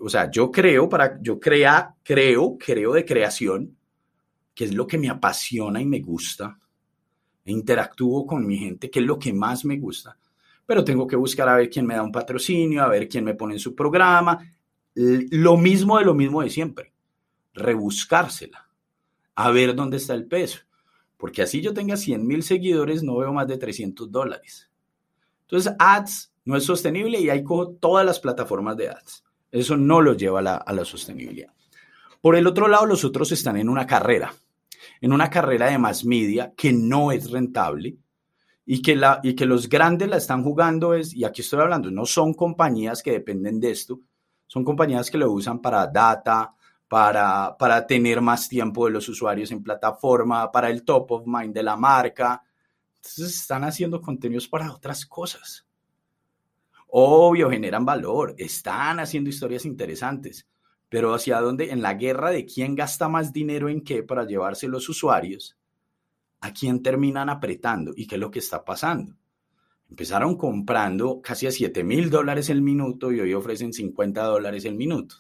creo de creación, que es lo que me apasiona y me gusta. E interactúo con mi gente, que es lo que más me gusta. Pero tengo que buscar a ver quién me da un patrocinio, a ver quién me pone en su programa. Lo mismo de siempre. Rebuscársela. A ver dónde está el peso. Porque así yo tenga 100,000 seguidores, no veo más de $300. Entonces, ads no es sostenible, y ahí cojo todas las plataformas de ads. Eso no lo lleva a la sostenibilidad. Por el otro lado, los otros están en una carrera de mass media que no es rentable, y que los grandes la están jugando y aquí estoy hablando, no son compañías que dependen de esto, son compañías que lo usan para data, para tener más tiempo de los usuarios en plataforma, para el top of mind de la marca. Entonces están haciendo contenidos para otras cosas. Obvio, generan valor, están haciendo historias interesantes, pero ¿hacia dónde? En la guerra de quién gasta más dinero en qué para llevarse los usuarios, ¿a quién terminan apretando? ¿Y qué es lo que está pasando? Empezaron comprando casi a $7,000 el minuto y hoy ofrecen $50 el minuto.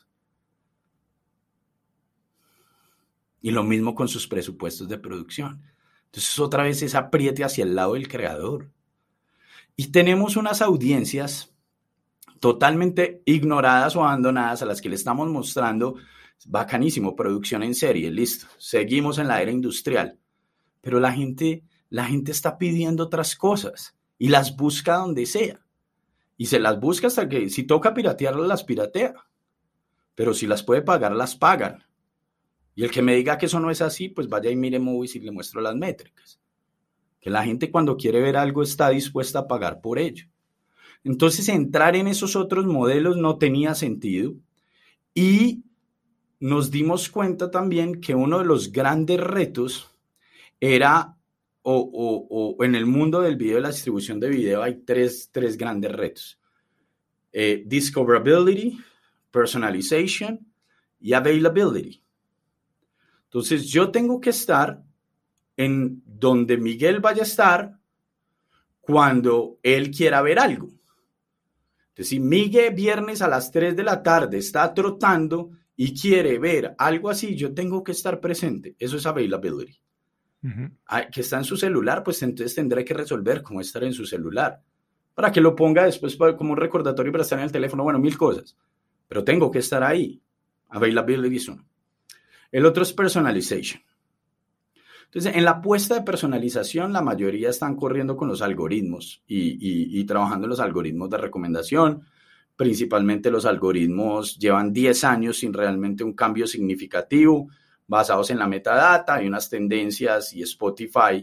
Y lo mismo con sus presupuestos de producción. Entonces otra vez es apriete hacia el lado del creador. Y tenemos unas audiencias totalmente ignoradas o abandonadas, a las que le estamos mostrando, bacanísimo, producción en serie, listo, seguimos en la era industrial. Pero la gente está pidiendo otras cosas y las busca donde sea. Y se las busca hasta que, si toca piratearlas, las piratea. Pero si las puede pagar, las pagan. Y el que me diga que eso no es así, pues vaya y mire Movies y le muestro las métricas. Que la gente, cuando quiere ver algo, está dispuesta a pagar por ello. Entonces, entrar en esos otros modelos no tenía sentido. Y nos dimos cuenta también que uno de los grandes retos era, o en el mundo del video, de la distribución de video, hay tres grandes retos. Discoverability, personalization y availability. Entonces, yo tengo que estar en donde Miguel vaya a estar cuando él quiera ver algo. Entonces, si Miguel viernes a las 3 de la tarde está trotando y quiere ver algo así, yo tengo que estar presente. Eso es availability. Uh-huh. Que está en su celular, pues entonces tendré que resolver cómo estar en su celular. Para que lo ponga después como un recordatorio para estar en el teléfono. Bueno, 1000 cosas. Pero tengo que estar ahí. Availability es uno. El otro es personalization. Entonces, en la apuesta de personalización, la mayoría están corriendo con los algoritmos y trabajando en los algoritmos de recomendación. Principalmente los algoritmos llevan 10 años sin realmente un cambio significativo, basados en la metadata. Hay unas tendencias y Spotify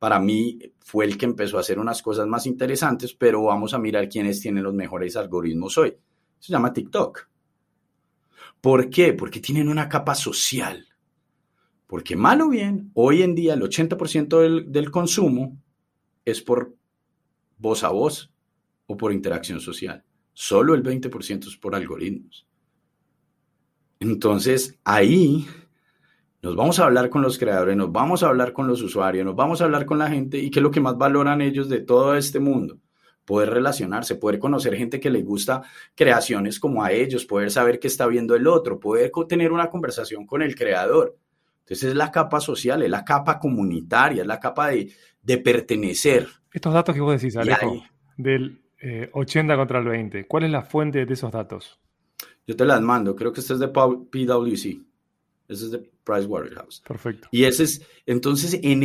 para mí fue el que empezó a hacer unas cosas más interesantes, pero vamos a mirar quiénes tienen los mejores algoritmos hoy. Se llama TikTok. ¿Por qué? Porque tienen una capa social. Porque mal o bien, hoy en día el 80% del consumo es por voz a voz o por interacción social. Solo el 20% es por algoritmos. Entonces, ahí nos vamos a hablar con los creadores, nos vamos a hablar con los usuarios, nos vamos a hablar con la gente y qué es lo que más valoran ellos de todo este mundo. Poder relacionarse, poder conocer gente que le gusta creaciones como a ellos, poder saber qué está viendo el otro, poder tener una conversación con el creador. Entonces es la capa social, es la capa comunitaria, es la capa de pertenecer. Estos datos que vos decís, Alejo, del 80 contra el 20, ¿cuál es la fuente de esos datos? Yo te las mando, creo que este es de PwC. Ese es de Pricewaterhouse. Perfecto. Y ese es, entonces, en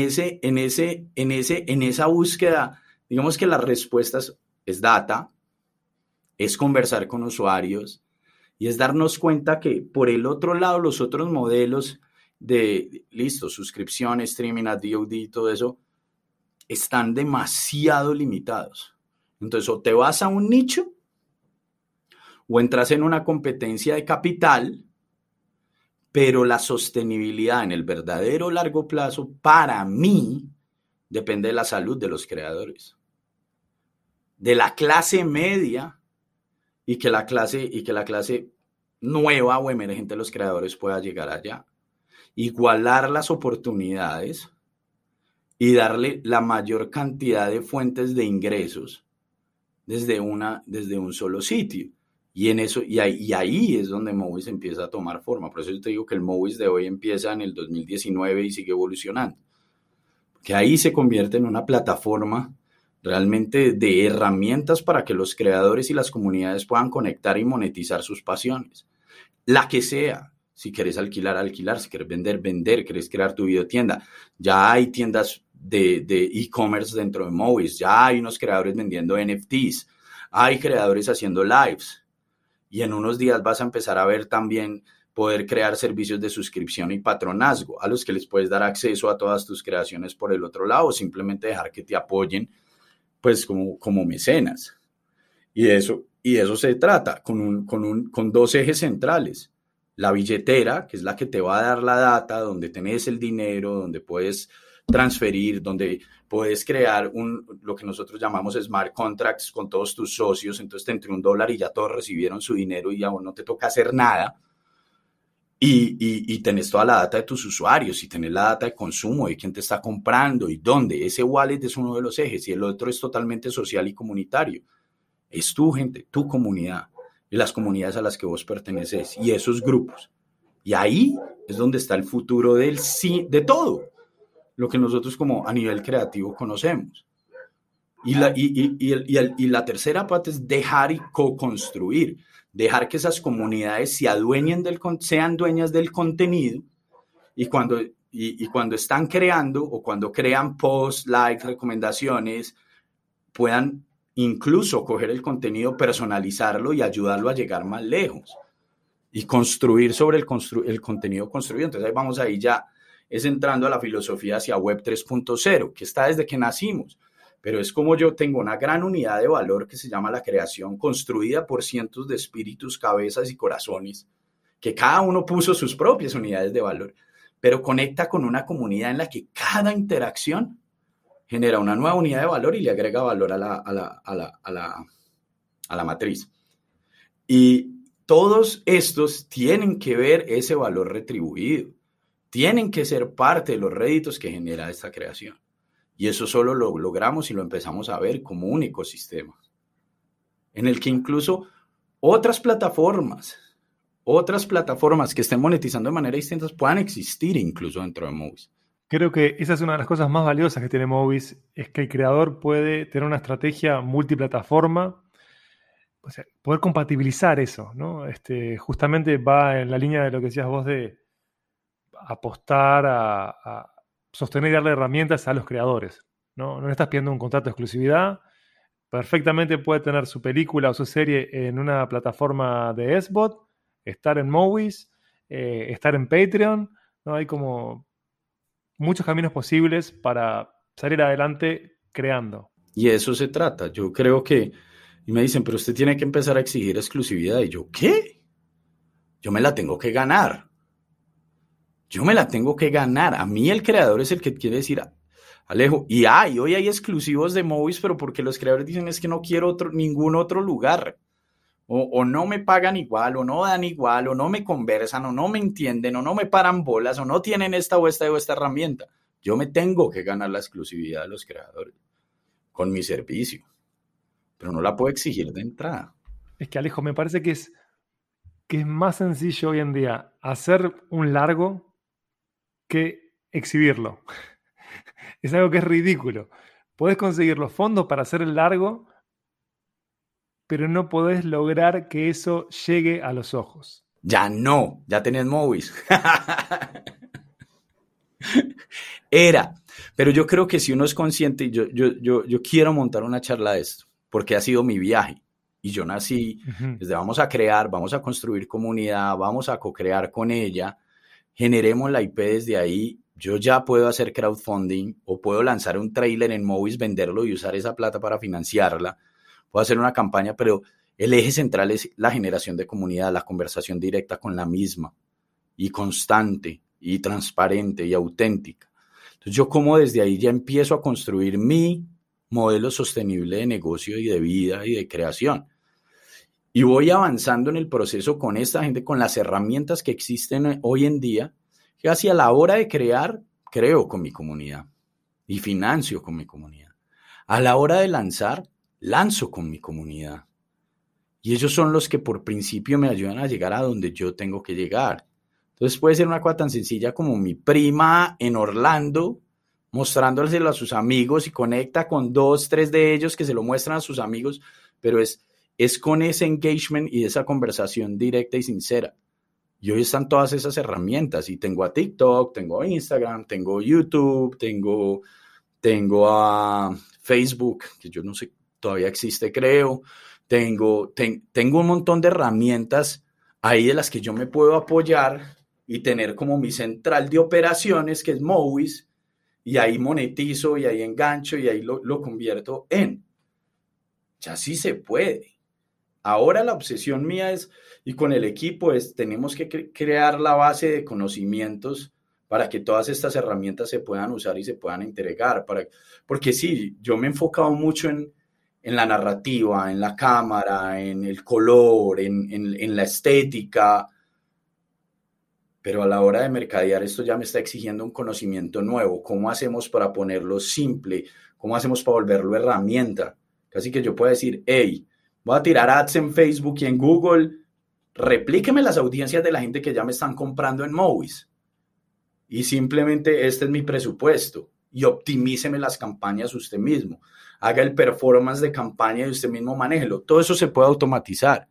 esa búsqueda, digamos que las respuestas es data, es conversar con usuarios y es darnos cuenta que por el otro lado, los otros modelos suscripción, streaming, VOD, todo eso, están demasiado limitados. Entonces, o te vas a un nicho o entras en una competencia de capital, pero la sostenibilidad en el verdadero largo plazo, para mí, depende de la salud de los creadores, de la clase media y que la clase nueva o emergente de los creadores pueda llegar allá. Igualar las oportunidades y darle la mayor cantidad de fuentes de ingresos desde un solo sitio. Y ahí es donde Movies empieza a tomar forma. Por eso yo te digo que el Movies de hoy empieza en el 2019 y sigue evolucionando. Que ahí se convierte en una plataforma realmente de herramientas para que los creadores y las comunidades puedan conectar y monetizar sus pasiones. La que sea. Si quieres alquilar, si quieres vender, quieres crear tu videotienda. Ya hay tiendas de e-commerce dentro de Movies. Ya hay unos creadores vendiendo NFTs. Hay creadores haciendo lives. Y en unos días vas a empezar a ver también poder crear servicios de suscripción y patronazgo a los que les puedes dar acceso a todas tus creaciones por el otro lado o simplemente dejar que te apoyen pues como mecenas. Y eso se trata con dos ejes centrales. La billetera, que es la que te va a dar la data, donde tenés el dinero, donde puedes transferir, donde puedes crear lo que nosotros llamamos smart contracts con todos tus socios. Entonces te entró $1 y ya todos recibieron su dinero y ya no te toca hacer nada. Y tenés toda la data de tus usuarios y tenés la data de consumo, de quién te está comprando y dónde. Ese wallet es uno de los ejes y el otro es totalmente social y comunitario. Es tu gente, tu comunidad y las comunidades a las que vos perteneces y esos grupos. Y ahí es donde está el futuro de todo lo que nosotros como a nivel creativo conocemos. Y la tercera parte es dejar y co-construir, dejar que esas comunidades sean dueñas del contenido y cuando están creando o cuando crean posts, likes, recomendaciones, puedan incluso coger el contenido, personalizarlo y ayudarlo a llegar más lejos y construir sobre el contenido construido. Entonces ahí ya es entrando a la filosofía hacia Web 3.0, que está desde que nacimos, pero es como yo tengo una gran unidad de valor que se llama la creación, construida por cientos de espíritus, cabezas y corazones, que cada uno puso sus propias unidades de valor, pero conecta con una comunidad en la que cada interacción genera una nueva unidad de valor y le agrega valor a la matriz. Y todos estos tienen que ver ese valor retribuido, tienen que ser parte de los réditos que genera esta creación. Y eso solo lo logramos y lo empezamos a ver como un ecosistema, en el que incluso otras plataformas que estén monetizando de manera distinta puedan existir incluso dentro de Movies. Creo que esa es una de las cosas más valiosas que tiene Movies, es que el creador puede tener una estrategia multiplataforma, o sea, poder compatibilizar eso, ¿no? Justamente va en la línea de lo que decías vos de apostar a sostener y darle herramientas a los creadores, ¿no? No le estás pidiendo un contrato de exclusividad, perfectamente puede tener su película o su serie en una plataforma de SVOD, estar en Movies, estar en Patreon, ¿no? Hay como muchos caminos posibles para salir adelante creando. Y eso se trata. Yo creo que, y me dicen, pero usted tiene que empezar a exigir exclusividad. Y yo, ¿qué? Yo me la tengo que ganar. Yo me la tengo que ganar. A mí el creador es el que quiere decir, Alejo, y hoy hay exclusivos de Movies, pero porque los creadores dicen es que no quiero ningún otro lugar. O no me pagan igual, o no dan igual, o no me conversan, o no me entienden, o no me paran bolas, o no tienen esta o esta herramienta. Yo me tengo que ganar la exclusividad de los creadores con mi servicio, pero no la puedo exigir de entrada. Es que, Alejo, me parece que es más sencillo hoy en día hacer un largo que exhibirlo. Es algo que es ridículo. Podés conseguir los fondos para hacer el largo, pero no podés lograr que eso llegue a los ojos. Ya tenés Movies. Pero yo creo que si uno es consciente, y yo quiero montar una charla de esto, porque ha sido mi viaje. Y yo nací desde vamos a crear, vamos a construir comunidad, vamos a co-crear con ella, generemos la IP desde ahí. Yo ya puedo hacer crowdfunding o puedo lanzar un trailer en Movies, venderlo y usar esa plata para financiarla. Puedo hacer una campaña, pero el eje central es la generación de comunidad, la conversación directa con la misma y constante y transparente y auténtica. Entonces yo como desde ahí ya empiezo a construir mi modelo sostenible de negocio y de vida y de creación. Y voy avanzando en el proceso con esta gente, con las herramientas que existen hoy en día, que hacia la hora de crear, creo con mi comunidad y financio con mi comunidad. A la hora de lanzar, lanzo con mi comunidad. Y ellos son los que por principio me ayudan a llegar a donde yo tengo que llegar. Entonces puede ser una cosa tan sencilla como mi prima en Orlando, mostrándoselo a sus amigos y conecta con 2, 3 de ellos que se lo muestran a sus amigos, pero es con ese engagement y esa conversación directa y sincera. Y hoy están todas esas herramientas y tengo a TikTok, tengo a Instagram, tengo YouTube, tengo a Facebook, que yo no sé, todavía existe creo, tengo un montón de herramientas ahí de las que yo me puedo apoyar y tener como mi central de operaciones que es Movies y ahí monetizo y ahí engancho y ahí lo convierto en. Ya sí se puede. Ahora la obsesión mía es, y con el equipo tenemos que crear la base de conocimientos para que todas estas herramientas se puedan usar y se puedan entregar. Porque sí, yo me he enfocado mucho en la narrativa, en la cámara, en el color, en la estética, pero a la hora de mercadear esto ya me está exigiendo un conocimiento nuevo. ¿Cómo hacemos para ponerlo simple? ¿Cómo hacemos para volverlo herramienta? Casi que yo pueda decir, hey, voy a tirar ads en Facebook y en Google, replíqueme las audiencias de la gente que ya me están comprando en Movies. Y simplemente este es mi presupuesto. Y optimíceme las campañas usted mismo. Haga el performance de campaña y usted mismo manéjelo. Todo eso se puede automatizar.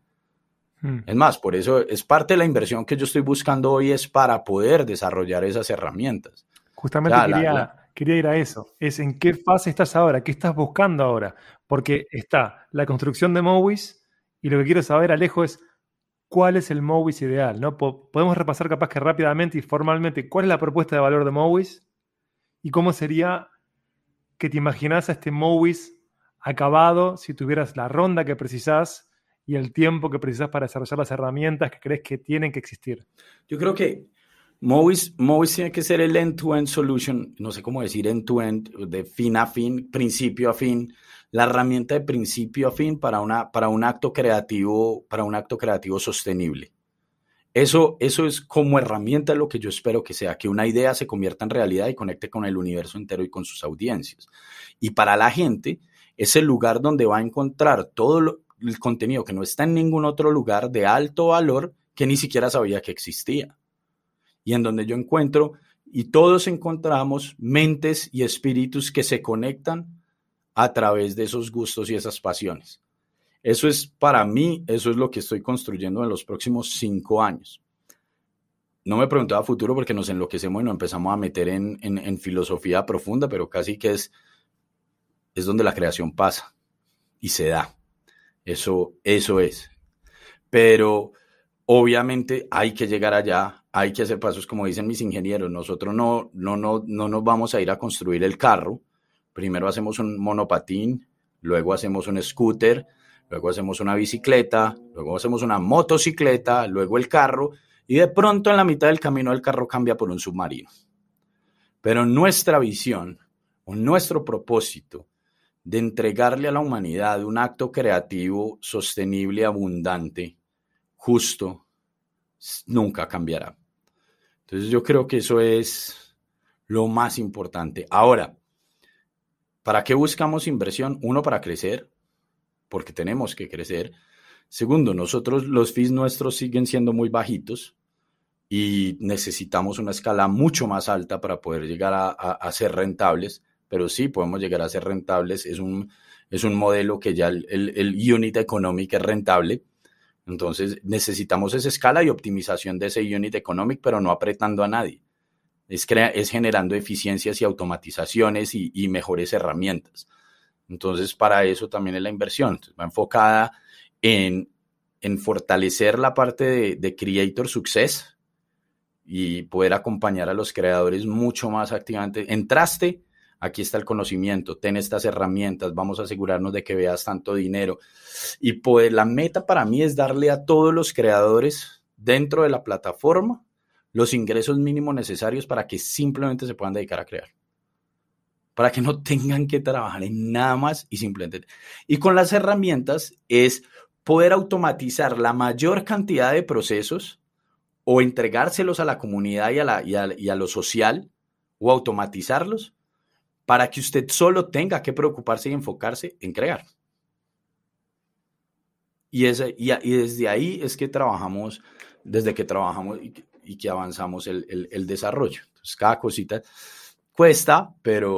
Es más, por eso es parte de la inversión que yo estoy buscando hoy es para poder desarrollar esas herramientas. Justamente quería ir a eso. Es en qué fase estás ahora, qué estás buscando ahora. Porque está la construcción de Movies y lo que quiero saber, Alejo, es cuál es el Movies ideal, ¿no? Podemos repasar capaz que rápidamente y formalmente cuál es la propuesta de valor de Movies y cómo sería que te imaginás a este Movies acabado si tuvieras la ronda que precisás y el tiempo que precisás para desarrollar las herramientas que crees que tienen que existir. Yo creo que Movies tiene que ser el end-to-end solution, no sé cómo decir end-to-end, de fin a fin, principio a fin, la herramienta de principio a fin para un acto creativo sostenible. Eso es como herramienta lo que yo espero que sea, que una idea se convierta en realidad y conecte con el universo entero y con sus audiencias. Y para la gente es el lugar donde va a encontrar todo el contenido que no está en ningún otro lugar de alto valor que ni siquiera sabía que existía. Y en donde yo encuentro, y todos encontramos mentes y espíritus que se conectan a través de esos gustos y esas pasiones. Eso es, para mí, eso es lo que estoy construyendo en los próximos 5 años. No me preguntaba futuro porque nos enloquecemos y nos empezamos a meter en filosofía profunda, pero casi que es donde la creación pasa y se da. Eso es. Pero obviamente hay que llegar allá, hay que hacer pasos como dicen mis ingenieros. Nosotros no nos vamos a ir a construir el carro, Primero hacemos un monopatín, luego hacemos un scooter, luego hacemos una bicicleta, luego hacemos una motocicleta, luego el carro, y de pronto en la mitad del camino el carro cambia por un submarino. Pero nuestra visión o nuestro propósito de entregarle a la humanidad un acto creativo, sostenible, abundante, justo, nunca cambiará. Entonces yo creo que eso es lo más importante. Ahora, ¿para qué buscamos inversión? Uno, para crecer, porque tenemos que crecer. Segundo, nosotros, los fees nuestros siguen siendo muy bajitos y necesitamos una escala mucho más alta para poder llegar a ser rentables, pero sí podemos llegar a ser rentables. Es un modelo que ya el unit economic es rentable. Entonces necesitamos esa escala y optimización de ese unit economic, pero no apretando a nadie. Es generando eficiencias y automatizaciones y mejores herramientas. Entonces, para eso también es la inversión. Entonces, va enfocada en fortalecer la parte de Creator Success y poder acompañar a los creadores mucho más activamente. Entraste, aquí está el conocimiento, ten estas herramientas, vamos a asegurarnos de que veas tanto dinero. Y pues la meta para mí es darle a todos los creadores dentro de la plataforma los ingresos mínimos necesarios para que simplemente se puedan dedicar a crear. Para que no tengan que trabajar en nada más y simplemente. Y con las herramientas es poder automatizar la mayor cantidad de procesos o entregárselos a la comunidad y a lo social o automatizarlos para que usted solo tenga que preocuparse y enfocarse en crear. Y desde ahí es que trabajamos, desde que trabajamos y que avanzamos el desarrollo. Entonces, cada cosita cuesta, pero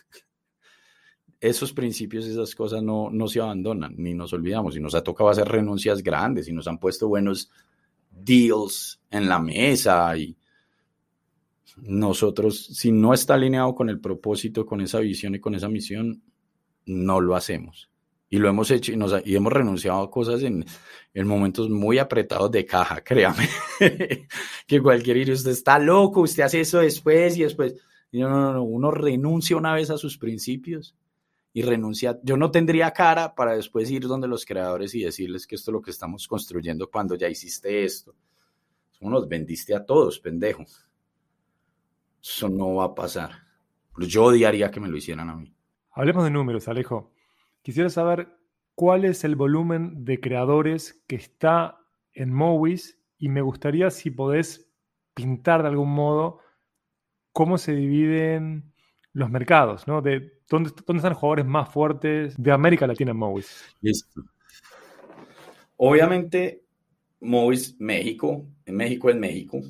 esos principios, esas cosas no se abandonan, ni nos olvidamos. Y nos ha tocado hacer renuncias grandes y nos han puesto buenos deals en la mesa. Y nosotros, si no está alineado con el propósito, con esa visión y con esa misión, no lo hacemos. Y lo hemos hecho y hemos renunciado a cosas en momentos muy apretados de caja, créame. Que cualquier día usted está loco, usted hace eso después y después. No, uno renuncia una vez a sus principios y renuncia. Yo no tendría cara para después ir donde los creadores y decirles que esto es lo que estamos construyendo cuando ya hiciste esto. Como nos vendiste a todos, pendejo. Eso no va a pasar. Yo odiaría que me lo hicieran a mí. Hablemos de números, Alejo. Quisiera saber cuál es el volumen de creadores que está en Movies y me gustaría si podés pintar de algún modo cómo se dividen los mercados, ¿no? De dónde están los jugadores más fuertes de América Latina en Movies. Listo. Obviamente, Movies, México. En México es México.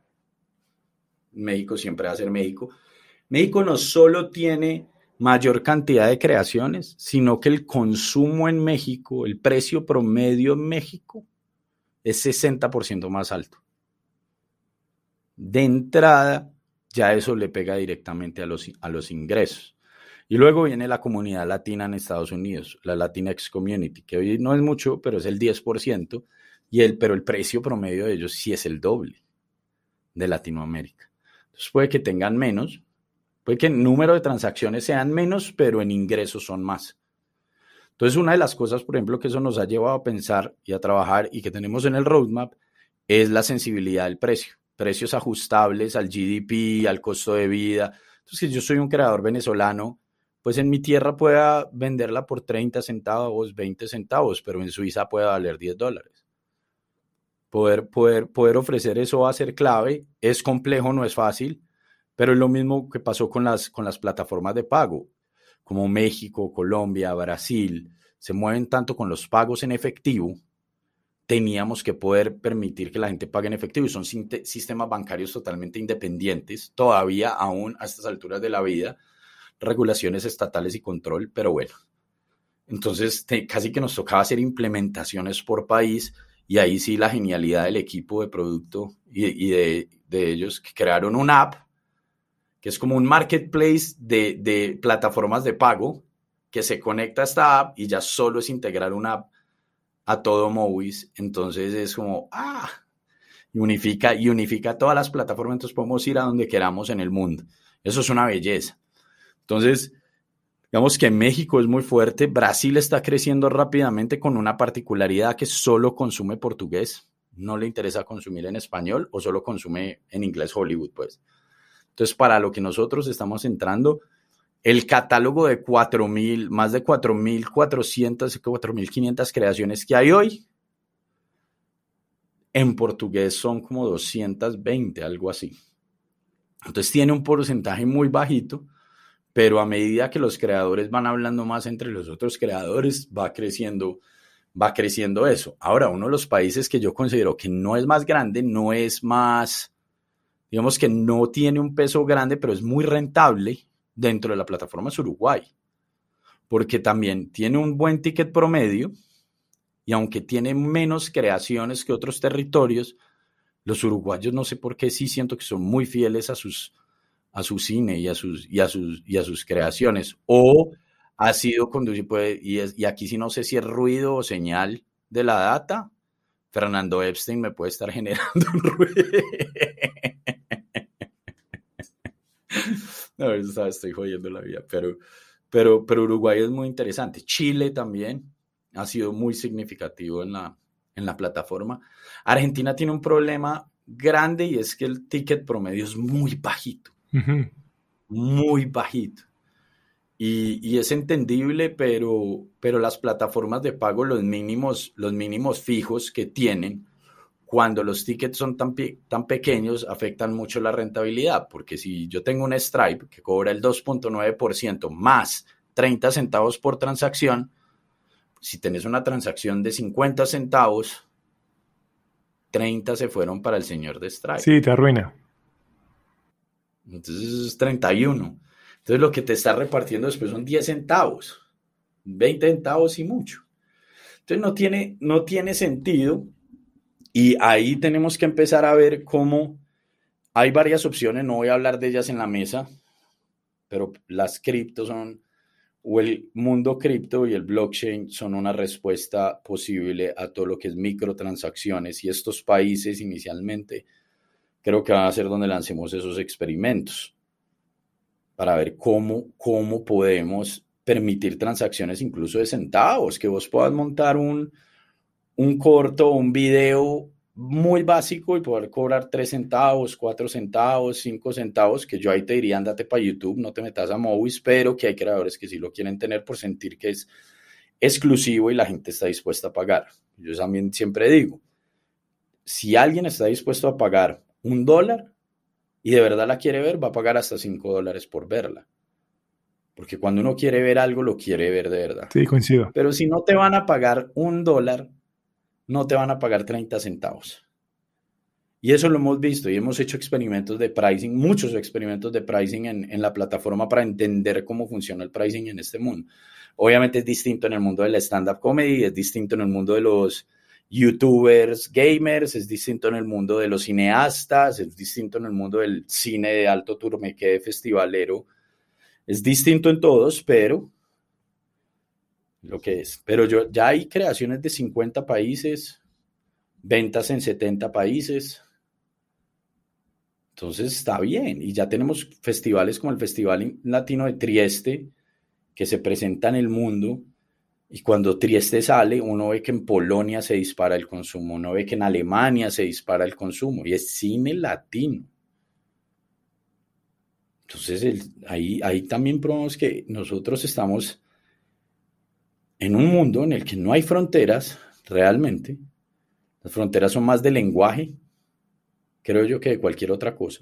México siempre va a ser México. México no solo tiene mayor cantidad de creaciones, sino que el consumo en México, el precio promedio en México, es 60% más alto. De entrada, ya eso le pega directamente a los ingresos. Y luego viene la comunidad latina en Estados Unidos, la Latinx Community, que hoy no es mucho, pero es el 10%, pero el precio promedio de ellos sí es el doble de Latinoamérica. Entonces puede que tengan menos, puede que el número de transacciones sean menos, pero en ingresos son más. Entonces, una de las cosas, por ejemplo, que eso nos ha llevado a pensar y a trabajar y que tenemos en el roadmap es la sensibilidad del precio. Precios ajustables al GDP, al costo de vida. Entonces, si yo soy un creador venezolano, pues en mi tierra pueda venderla por 30 centavos, 20 centavos, pero en Suiza puede valer $10. Poder ofrecer eso va a ser clave. Es complejo, no es fácil. Pero es lo mismo que pasó con las plataformas de pago, como México, Colombia, Brasil, se mueven tanto con los pagos en efectivo, teníamos que poder permitir que la gente pague en efectivo y son sistemas bancarios totalmente independientes, todavía aún a estas alturas de la vida, regulaciones estatales y control, pero bueno. Entonces casi que nos tocaba hacer implementaciones por país y ahí sí la genialidad del equipo de producto y de ellos que crearon una app que es como un marketplace de plataformas de pago que se conecta a esta app y ya solo es integrar una app a todo Movies. Entonces es como, unifica todas las plataformas, entonces podemos ir a donde queramos en el mundo. Eso es una belleza. Entonces, Digamos que México es muy fuerte, Brasil está creciendo rápidamente con una particularidad que solo consume portugués, no le interesa consumir en español o solo consume en inglés Hollywood, pues. Entonces, para lo que nosotros estamos entrando, el catálogo de 4.000, más de 4.400, 4.500 creaciones que hay hoy, en portugués son como 220, algo así. Entonces tiene un porcentaje muy bajito, pero a medida que los creadores van hablando más entre los otros creadores, va creciendo eso. Ahora, uno de los países que yo considero que no es más grande, no es más, digamos que no tiene un peso grande, pero es muy rentable dentro de la plataforma es Uruguay, porque también tiene un buen ticket promedio y aunque tiene menos creaciones que otros territorios, los uruguayos no sé por qué sí siento que son muy fieles a su cine y a sus creaciones. O ha sido conducido, y aquí sí no sé si es ruido o señal de la data, Fernando Epstein me puede estar generando un ruido. No, estoy jodiendo la vida, pero Uruguay es muy interesante. Chile también ha sido muy significativo en la plataforma. Argentina tiene un problema grande y es que el ticket promedio es muy bajito. Uh-huh. Muy bajito. Y es entendible, pero las plataformas de pago, los mínimos fijos que tienen, cuando los tickets son tan pequeños, afectan mucho la rentabilidad, porque si yo tengo un Stripe que cobra el 2.9% más 30 centavos por transacción, si tenés una transacción de 50 centavos, 30 se fueron para el señor de Stripe. Sí, te arruina. Entonces es 31. Entonces lo que te está repartiendo después son 10 centavos, 20 centavos y mucho. Entonces no tiene sentido. Y ahí tenemos que empezar a ver cómo hay varias opciones, no voy a hablar de ellas en la mesa, pero las criptos o el mundo cripto y el blockchain son una respuesta posible a todo lo que es microtransacciones, y estos países inicialmente creo que van a ser donde lancemos esos experimentos para ver cómo podemos permitir transacciones incluso de centavos, que vos puedas montar un corto o un video muy básico y poder cobrar 3 centavos, 4 centavos, 5 centavos, que yo ahí te diría, ándate para YouTube, no te metas a Movies, pero que hay creadores que sí lo quieren tener por sentir que es exclusivo y la gente está dispuesta a pagar. Yo también siempre digo, si alguien está dispuesto a pagar $1 y de verdad la quiere ver, va a pagar hasta $5 por verla. Porque cuando uno quiere ver algo, lo quiere ver de verdad. Sí, coincido. Pero si no te van a pagar $1, no te van a pagar 30 centavos. Y eso lo hemos visto y hemos hecho experimentos de pricing, muchos experimentos de pricing en la plataforma para entender cómo funciona el pricing en este mundo. Obviamente es distinto en el mundo del stand-up comedy, es distinto en el mundo de los youtubers, gamers, es distinto en el mundo de los cineastas, es distinto en el mundo del cine de alto turmeque festivalero. Es distinto en todos, pero lo que es. Pero ya hay creaciones de 50 países, ventas en 70 países. Entonces está bien. Y ya tenemos festivales como el Festival Latino de Trieste, que se presenta en el mundo. Y cuando Trieste sale, uno ve que en Polonia se dispara el consumo, uno ve que en Alemania se dispara el consumo. Y es cine latino. Entonces ahí también probamos que nosotros estamos en un mundo en el que no hay fronteras, realmente. Las fronteras son más de lenguaje, creo yo, que de cualquier otra cosa.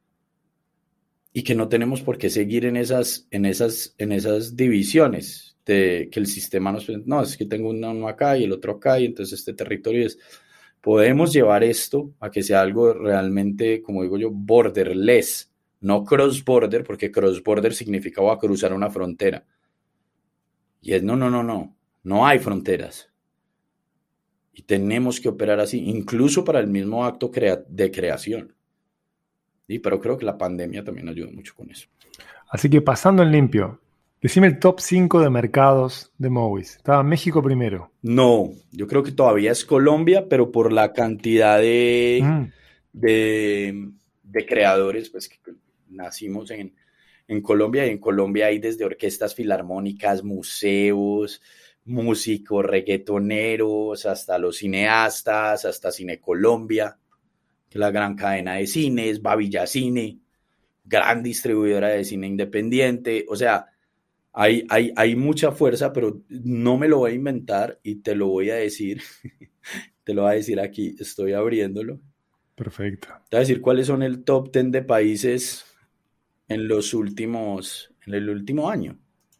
Y que no tenemos por qué seguir en esas divisiones de que el sistema nos... No, es que tengo uno acá y el otro acá, y entonces este territorio es... Podemos llevar esto a que sea algo realmente, como digo yo, borderless, no cross-border, porque cross-border significa voy a cruzar una frontera. Y es no hay fronteras. Y tenemos que operar así, incluso para el mismo acto de creación. Pero creo que la pandemia también ayudó mucho con eso. Así que pasando en limpio, decime el top 5 de mercados de Movies. Estaba México primero. No, yo creo que todavía es Colombia, pero por la cantidad de creadores, pues que nacimos en en Colombia, y en Colombia hay desde orquestas filarmónicas, museos, músicos, reggaetoneros, hasta los cineastas, hasta Cine Colombia, que es la gran cadena de cines, Babilla Cine, gran distribuidora de cine independiente. O sea, hay mucha fuerza, pero no me lo voy a inventar y te lo voy a decir. Te lo voy a decir aquí, estoy abriéndolo. Perfecto. Te voy a decir cuáles son el top 10 de países en el último año.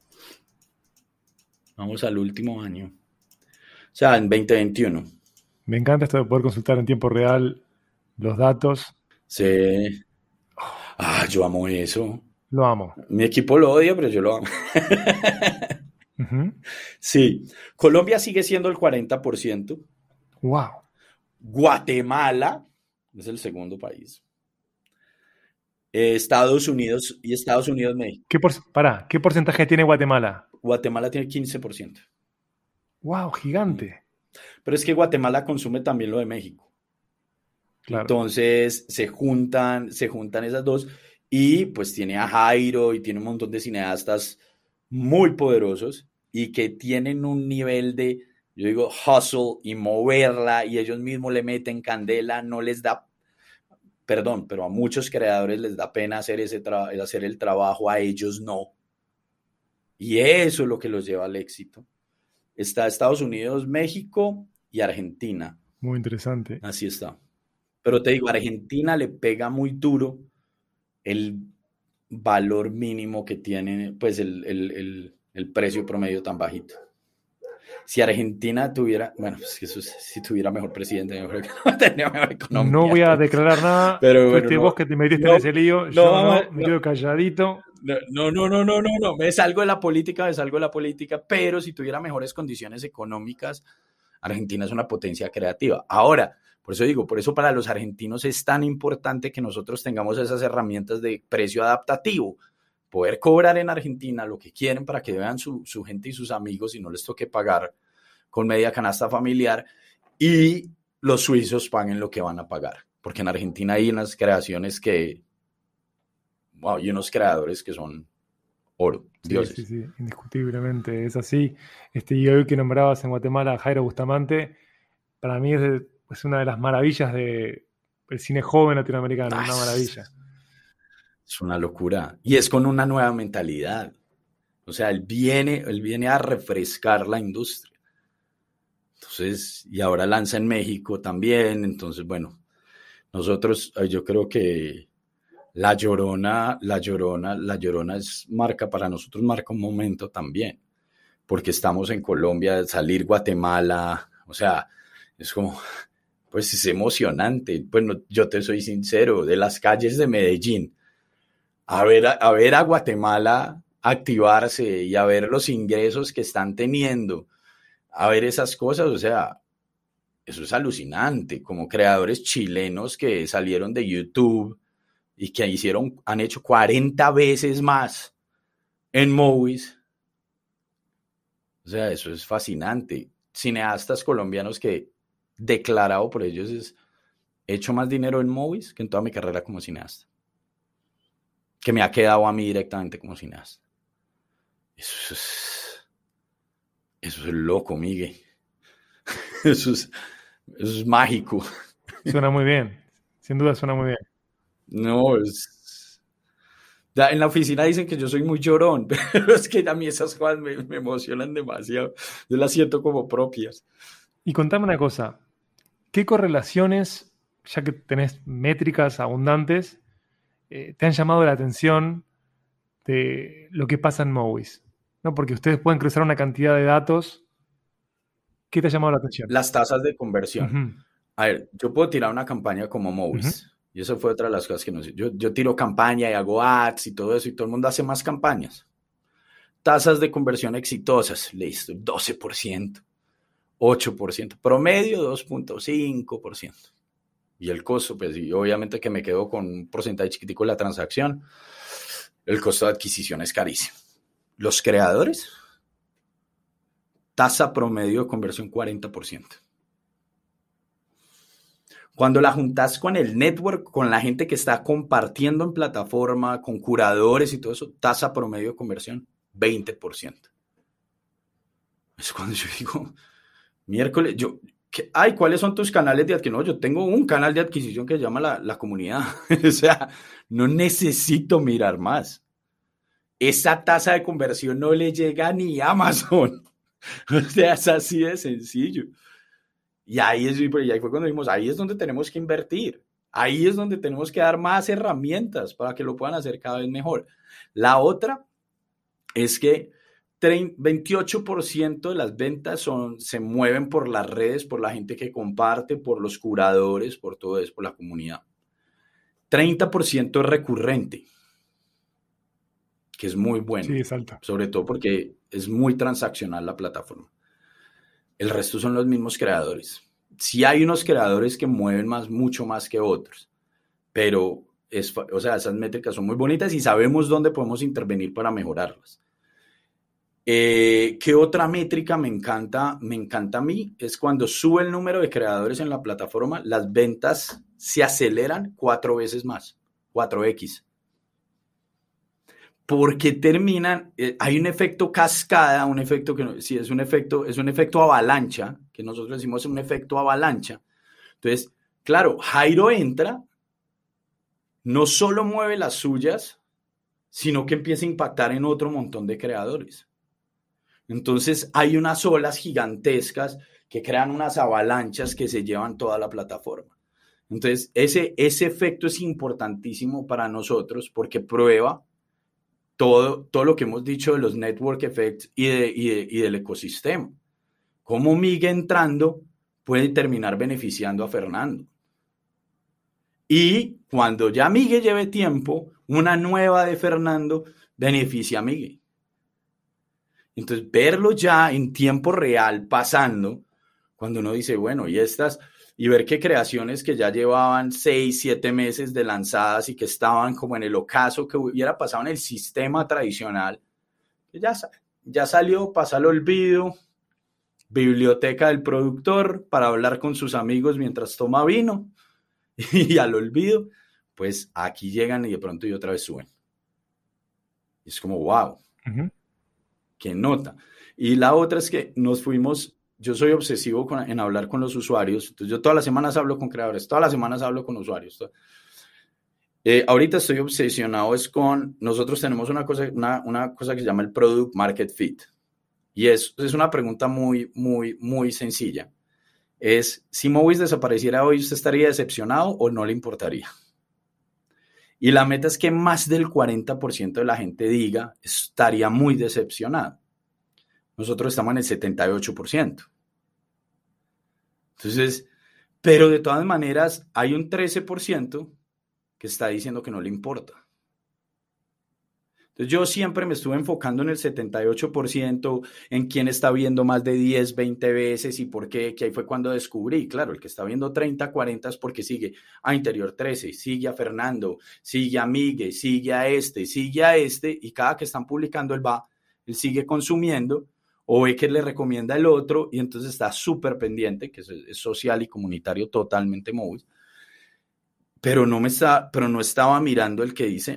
Vamos al último año. O sea, en 2021. Me encanta esto de poder consultar en tiempo real los datos. Sí. Yo amo eso. Lo amo. Mi equipo lo odia, pero yo lo amo. Uh-huh. Sí. Colombia sigue siendo el 40%. Wow. Guatemala es el segundo país. Estados Unidos México. ¿Qué porcentaje tiene Guatemala? Guatemala tiene 15%. Wow, gigante. Pero es que Guatemala consume también lo de México. Claro. Entonces se juntan esas dos, y pues tiene a Jairo y tiene un montón de cineastas muy poderosos y que tienen un nivel de, yo digo, hustle y moverla, y ellos mismos le meten candela. No les da, perdón, pero a muchos creadores les da pena hacer el trabajo, a ellos no. Y eso es lo que los lleva al éxito. Está Estados Unidos, México y Argentina. Muy interesante. Así está. Pero te digo, Argentina le pega muy duro el valor mínimo que tiene, pues el precio promedio tan bajito. Si Argentina tuviera, bueno, pues que eso, si tuviera mejor presidente, mejor, tendría mejor economía. No voy a declarar nada, pero fuiste bueno, vos que te metiste en ese lío, me quedo calladito. No, me salgo de la política, pero si tuviera mejores condiciones económicas, Argentina es una potencia creativa. Ahora, por eso para los argentinos es tan importante que nosotros tengamos esas herramientas de precio adaptativo, poder cobrar en Argentina lo que quieren para que vean su gente y sus amigos y no les toque pagar con media canasta familiar, y los suizos paguen lo que van a pagar, porque en Argentina hay unas creaciones y unos creadores que son oro, dioses. Sí, indiscutiblemente, es así. Y hoy que nombrabas en Guatemala a Jairo Bustamante, para mí es una de las maravillas del cine joven latinoamericano, una maravilla. Es una locura, y es con una nueva mentalidad. O sea, él viene a refrescar la industria. Entonces, y ahora lanza en México también. Entonces, bueno, nosotros, yo creo que La Llorona para nosotros marca un momento también, porque estamos en Colombia, salir Guatemala, o sea, es como, pues es emocionante. Bueno, yo te soy sincero, de las calles de Medellín, a ver a Guatemala activarse y a ver los ingresos que están teniendo, a ver esas cosas, o sea, eso es alucinante. Como creadores chilenos que salieron de YouTube y que han hecho 40 veces más en Movies. O sea, eso es fascinante. Cineastas colombianos que, declarado por ellos, he hecho más dinero en Movies que en toda mi carrera como cineasta, que me ha quedado a mí directamente como cineasta. Eso es loco, Miguel. Eso es mágico. Suena muy bien, sin duda suena muy bien. No, en la oficina dicen que yo soy muy llorón, pero es que a mí esas cosas me emocionan demasiado. Yo las siento como propias. Y contame una cosa, ¿qué correlaciones, ya que tenés métricas abundantes, te han llamado la atención de lo que pasa en Movies? ¿No? Porque ustedes pueden cruzar una cantidad de datos. ¿Qué te ha llamado la atención? Las tasas de conversión. Uh-huh. A ver, yo puedo tirar una campaña como Movies. Uh-huh. Y eso fue otra de las cosas que no sé. Yo tiro campaña y hago ads y todo eso, y todo el mundo hace más campañas. Tasas de conversión exitosas, listo, 12%, 8%, promedio 2.5%. Y el costo, pues, y obviamente que me quedo con un porcentaje chiquitico de la transacción, el costo de adquisición es carísimo. Los creadores, tasa promedio de conversión 40%. Cuando la juntas con el network, con la gente que está compartiendo en plataforma, con curadores y todo eso, tasa promedio de conversión, 20%. Es cuando yo digo, miércoles, ¿cuáles son tus canales de adquisición? No, yo tengo un canal de adquisición que se llama la comunidad. O sea, no necesito mirar más. Esa tasa de conversión no le llega ni a Amazon. O sea, es así de sencillo. Y ahí fue cuando dijimos, ahí es donde tenemos que invertir. Ahí es donde tenemos que dar más herramientas para que lo puedan hacer cada vez mejor. La otra es que 28% de las ventas se mueven por las redes, por la gente que comparte, por los curadores, por todo eso, por la comunidad. 30% es recurrente, que es muy bueno. Sí, es alto. Sobre todo porque es muy transaccional la plataforma. El resto son los mismos creadores. Sí hay unos creadores que mueven mucho más que otros, pero esas métricas son muy bonitas y sabemos dónde podemos intervenir para mejorarlas. ¿Qué otra métrica me encanta a mí? Es cuando sube el número de creadores en la plataforma, las ventas se aceleran 4 veces más, 4x. Porque terminan, hay un efecto cascada, un efecto que sí es un efecto avalancha, que nosotros decimos un efecto avalancha. Entonces, claro, Jairo entra, no solo mueve las suyas, sino que empieza a impactar en otro montón de creadores. Entonces, hay unas olas gigantescas que crean unas avalanchas que se llevan toda la plataforma. Entonces, ese efecto es importantísimo para nosotros porque prueba todo lo que hemos dicho de los network effects y del ecosistema. Cómo Migue entrando puede terminar beneficiando a Fernando. Y cuando ya Migue lleve tiempo, una nueva de Fernando beneficia a Migue. Entonces, verlo ya en tiempo real pasando, cuando uno dice, bueno, y ver qué creaciones que ya llevaban 6, 7 meses de lanzadas y que estaban como en el ocaso que hubiera pasado en el sistema tradicional, ya salió, pasa al olvido, biblioteca del productor para hablar con sus amigos mientras toma vino y al olvido, pues aquí llegan y de pronto y otra vez suben. Y es como, wow, qué nota. Y la otra es que yo soy obsesivo en hablar con los usuarios, entonces yo todas las semanas hablo con creadores, todas las semanas hablo con usuarios. Ahorita estoy obsesionado nosotros tenemos una cosa que se llama el Product Market Fit, y es una pregunta muy, muy, muy sencilla. Es, si Movies desapareciera hoy, ¿usted estaría decepcionado o no le importaría? Y la meta es que más del 40% de la gente diga, estaría muy decepcionado. Nosotros estamos en el 78%. Entonces, pero de todas maneras, hay un 13% que está diciendo que no le importa. Entonces, yo siempre me estuve enfocando en el 78%, en quién está viendo más de 10, 20 veces y por qué, que ahí fue cuando descubrí, claro, el que está viendo 30, 40 es porque sigue a Interior 13, sigue a Fernando, sigue a Migue, sigue a este, y cada que están publicando él sigue consumiendo, o ve que le recomienda el otro y entonces está súper pendiente, que es social y comunitario totalmente móvil, pero no estaba mirando el que dice,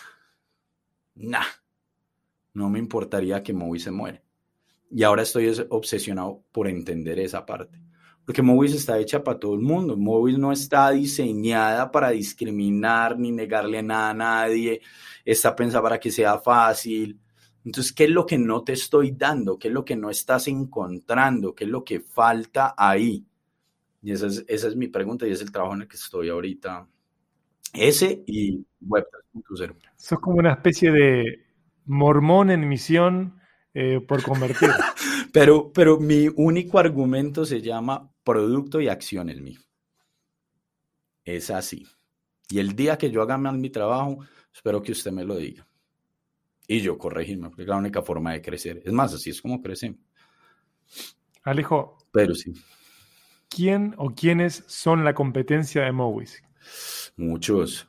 no me importaría que Movies se muere. Y ahora estoy obsesionado por entender esa parte, porque Movies está hecha para todo el mundo. Movies no está diseñada para discriminar ni negarle nada a nadie, está pensada para que sea fácil. Entonces, ¿qué es lo que no te estoy dando? ¿Qué es lo que no estás encontrando? ¿Qué es lo que falta ahí? Y esa es mi pregunta y es el trabajo en el que estoy ahorita. Ese y Web 3.0. Sos como una especie de mormón en misión por convertir. Pero mi único argumento se llama producto y acciones mío. Es así. Y el día que yo haga mal mi trabajo, espero que usted me lo diga. Y yo corregirme, porque es la única forma de crecer. Es más, así es como crecemos. Alejo, pero sí. ¿Quién o quiénes son la competencia de Movies? Muchos.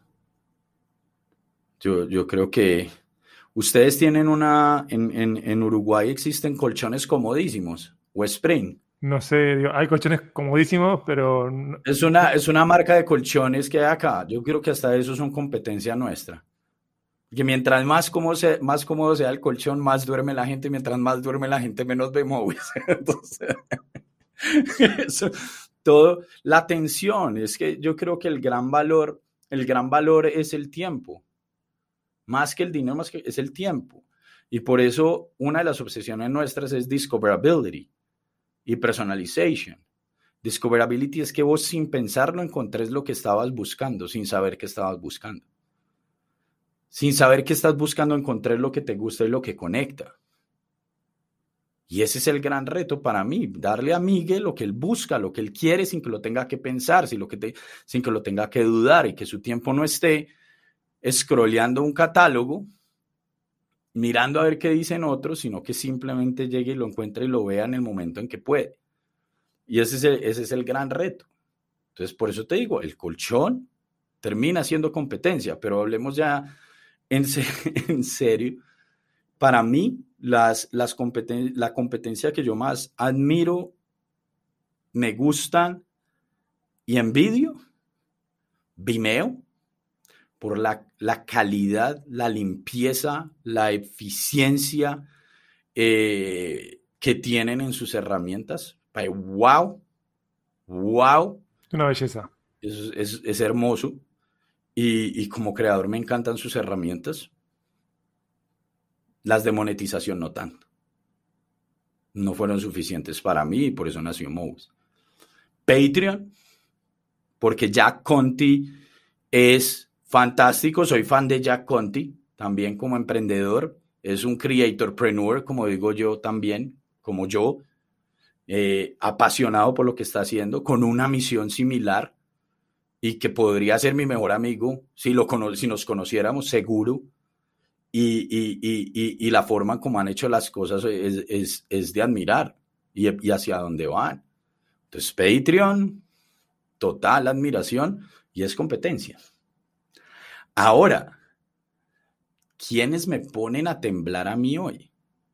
Yo creo que ustedes tienen en Uruguay existen colchones comodísimos, Westspring. No sé, digo, hay colchones comodísimos, pero Es una marca de colchones que hay acá. Yo creo que hasta eso son competencia nuestra. Que mientras más cómodo sea el colchón, más duerme la gente. Mientras más duerme la gente, menos ve móviles. Entonces, eso, todo, la atención. Es que yo creo que el gran valor es el tiempo. Más que el dinero, más que es el tiempo. Y por eso una de las obsesiones nuestras es discoverability y personalization. Discoverability es que vos sin pensarlo encontrés lo que estabas buscando, sin saber qué estabas buscando. Sin saber qué estás buscando, encontré lo que te gusta y lo que conecta. Y ese es el gran reto para mí, darle a Miguel lo que él busca, lo que él quiere, sin que lo tenga que pensar, sin que lo tenga que dudar y que su tiempo no esté scrolleando un catálogo, mirando a ver qué dicen otros, sino que simplemente llegue y lo encuentre y lo vea en el momento en que puede. Y ese es el gran reto. Entonces, por eso te digo, el colchón termina siendo competencia, pero hablemos ya en serio. Para mí, la competencia que yo más admiro, me gustan y envidio, Vimeo, por la calidad, la limpieza, la eficiencia que tienen en sus herramientas. ¡Wow! ¡Wow! una belleza. Es hermoso. Y como creador me encantan sus herramientas. Las de monetización no tanto. No fueron suficientes para mí y por eso nació Moves. Patreon, porque Jack Conti es fantástico. Soy fan de Jack Conti, también como emprendedor. Es un creatorpreneur, como digo yo también, como yo. Apasionado por lo que está haciendo, con una misión similar y que podría ser mi mejor amigo si nos conociéramos, seguro. Y la forma como han hecho las cosas es de admirar y hacia dónde van. Entonces, Patreon, total admiración y es competencia. Ahora, ¿quiénes me ponen a temblar a mí hoy?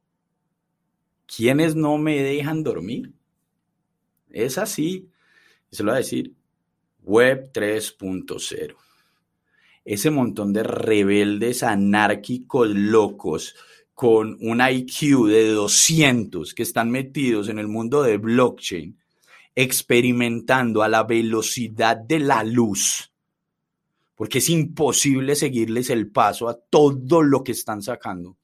¿Quiénes no me dejan dormir? Es así, se lo voy a decir, Web 3.0. Ese montón de rebeldes anárquicos locos con un IQ de 200 que están metidos en el mundo de blockchain, experimentando a la velocidad de la luz, porque es imposible seguirles el paso a todo lo que están sacando.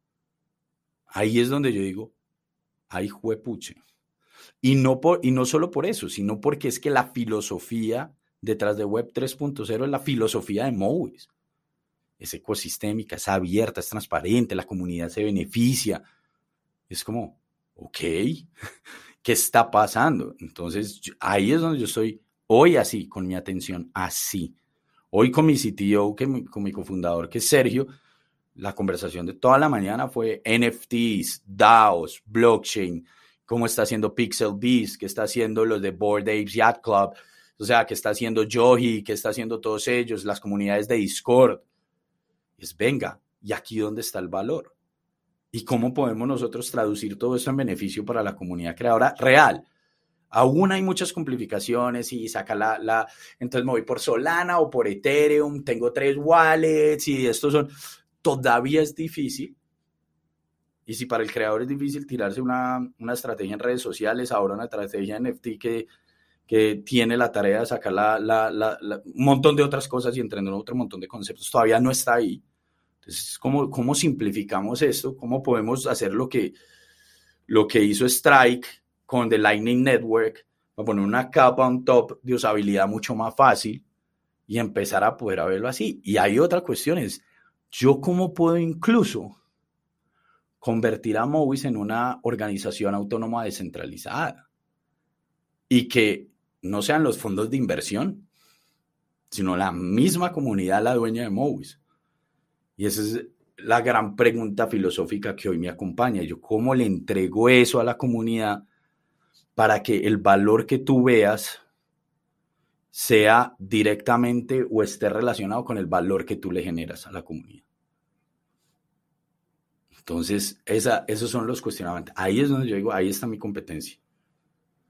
Ahí es donde yo digo, ay, juepuche. Y no solo por eso, sino porque es que la filosofía detrás de Web 3.0 es la filosofía de Moves. Es ecosistémica, es abierta, es transparente, la comunidad se beneficia. Es como, ok, ¿qué está pasando? Entonces, ahí es donde yo estoy hoy así, con mi atención así. Hoy con mi CTO, con mi cofundador, que es Sergio, la conversación de toda la mañana fue NFTs, DAOs, blockchain, cómo está haciendo Pixel Beast, qué está haciendo los de Bored Apes Yacht Club, o sea, qué está haciendo Johi, qué está haciendo todos ellos, las comunidades de Discord. Es venga, ¿y aquí dónde está el valor? ¿Y cómo podemos nosotros traducir todo esto en beneficio para la comunidad creadora real? Aún hay muchas complicaciones y saca entonces me voy por Solana o por Ethereum, tengo 3 wallets y estos son, todavía es difícil. Y si para el creador es difícil tirarse una estrategia en redes sociales, ahora una estrategia en NFT que tiene la tarea de sacar un montón de otras cosas y entender otro montón de conceptos, todavía no está ahí. Entonces, ¿cómo simplificamos esto? ¿Cómo podemos hacer lo que hizo Strike con The Lightning Network, para poner una capa on top de usabilidad mucho más fácil y empezar a poder verlo así? Y hay otra cuestión, es, ¿yo cómo puedo incluso convertir a Movis en una organización autónoma descentralizada? Y que no sean los fondos de inversión, sino la misma comunidad la dueña de Movis. Y esa es la gran pregunta filosófica que hoy me acompaña. Yo, ¿cómo le entrego eso a la comunidad para que el valor que tú veas sea directamente o esté relacionado con el valor que tú le generas a la comunidad? Entonces, esos son los cuestionamientos. Ahí es donde yo digo, ahí está mi competencia.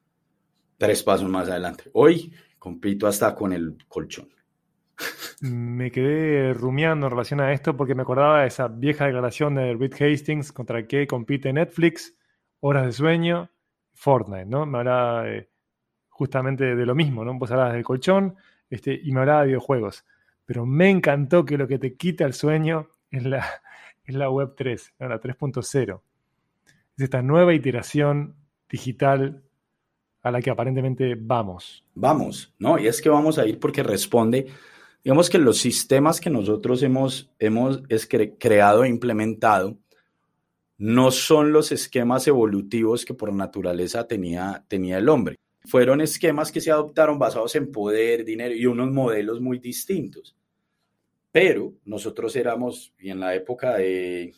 3 pasos más adelante. Hoy compito hasta con el colchón. Me quedé rumiando en relación a esto porque me acordaba de esa vieja declaración de Reed Hastings contra que compite Netflix, horas de sueño, Fortnite, ¿no? Me hablaba justamente de lo mismo, ¿no? Vos hablabas del colchón y me hablaba de videojuegos. Pero me encantó que lo que te quita el sueño es la Web 3, ¿no? La 3.0. Es esta nueva iteración digital a la que aparentemente vamos. Vamos, ¿no? Y es que vamos a ir porque responde, digamos que los sistemas que nosotros hemos creado e implementado no son los esquemas evolutivos que por naturaleza tenía el hombre. Fueron esquemas que se adoptaron basados en poder, dinero y unos modelos muy distintos. Pero nosotros éramos, y en la época de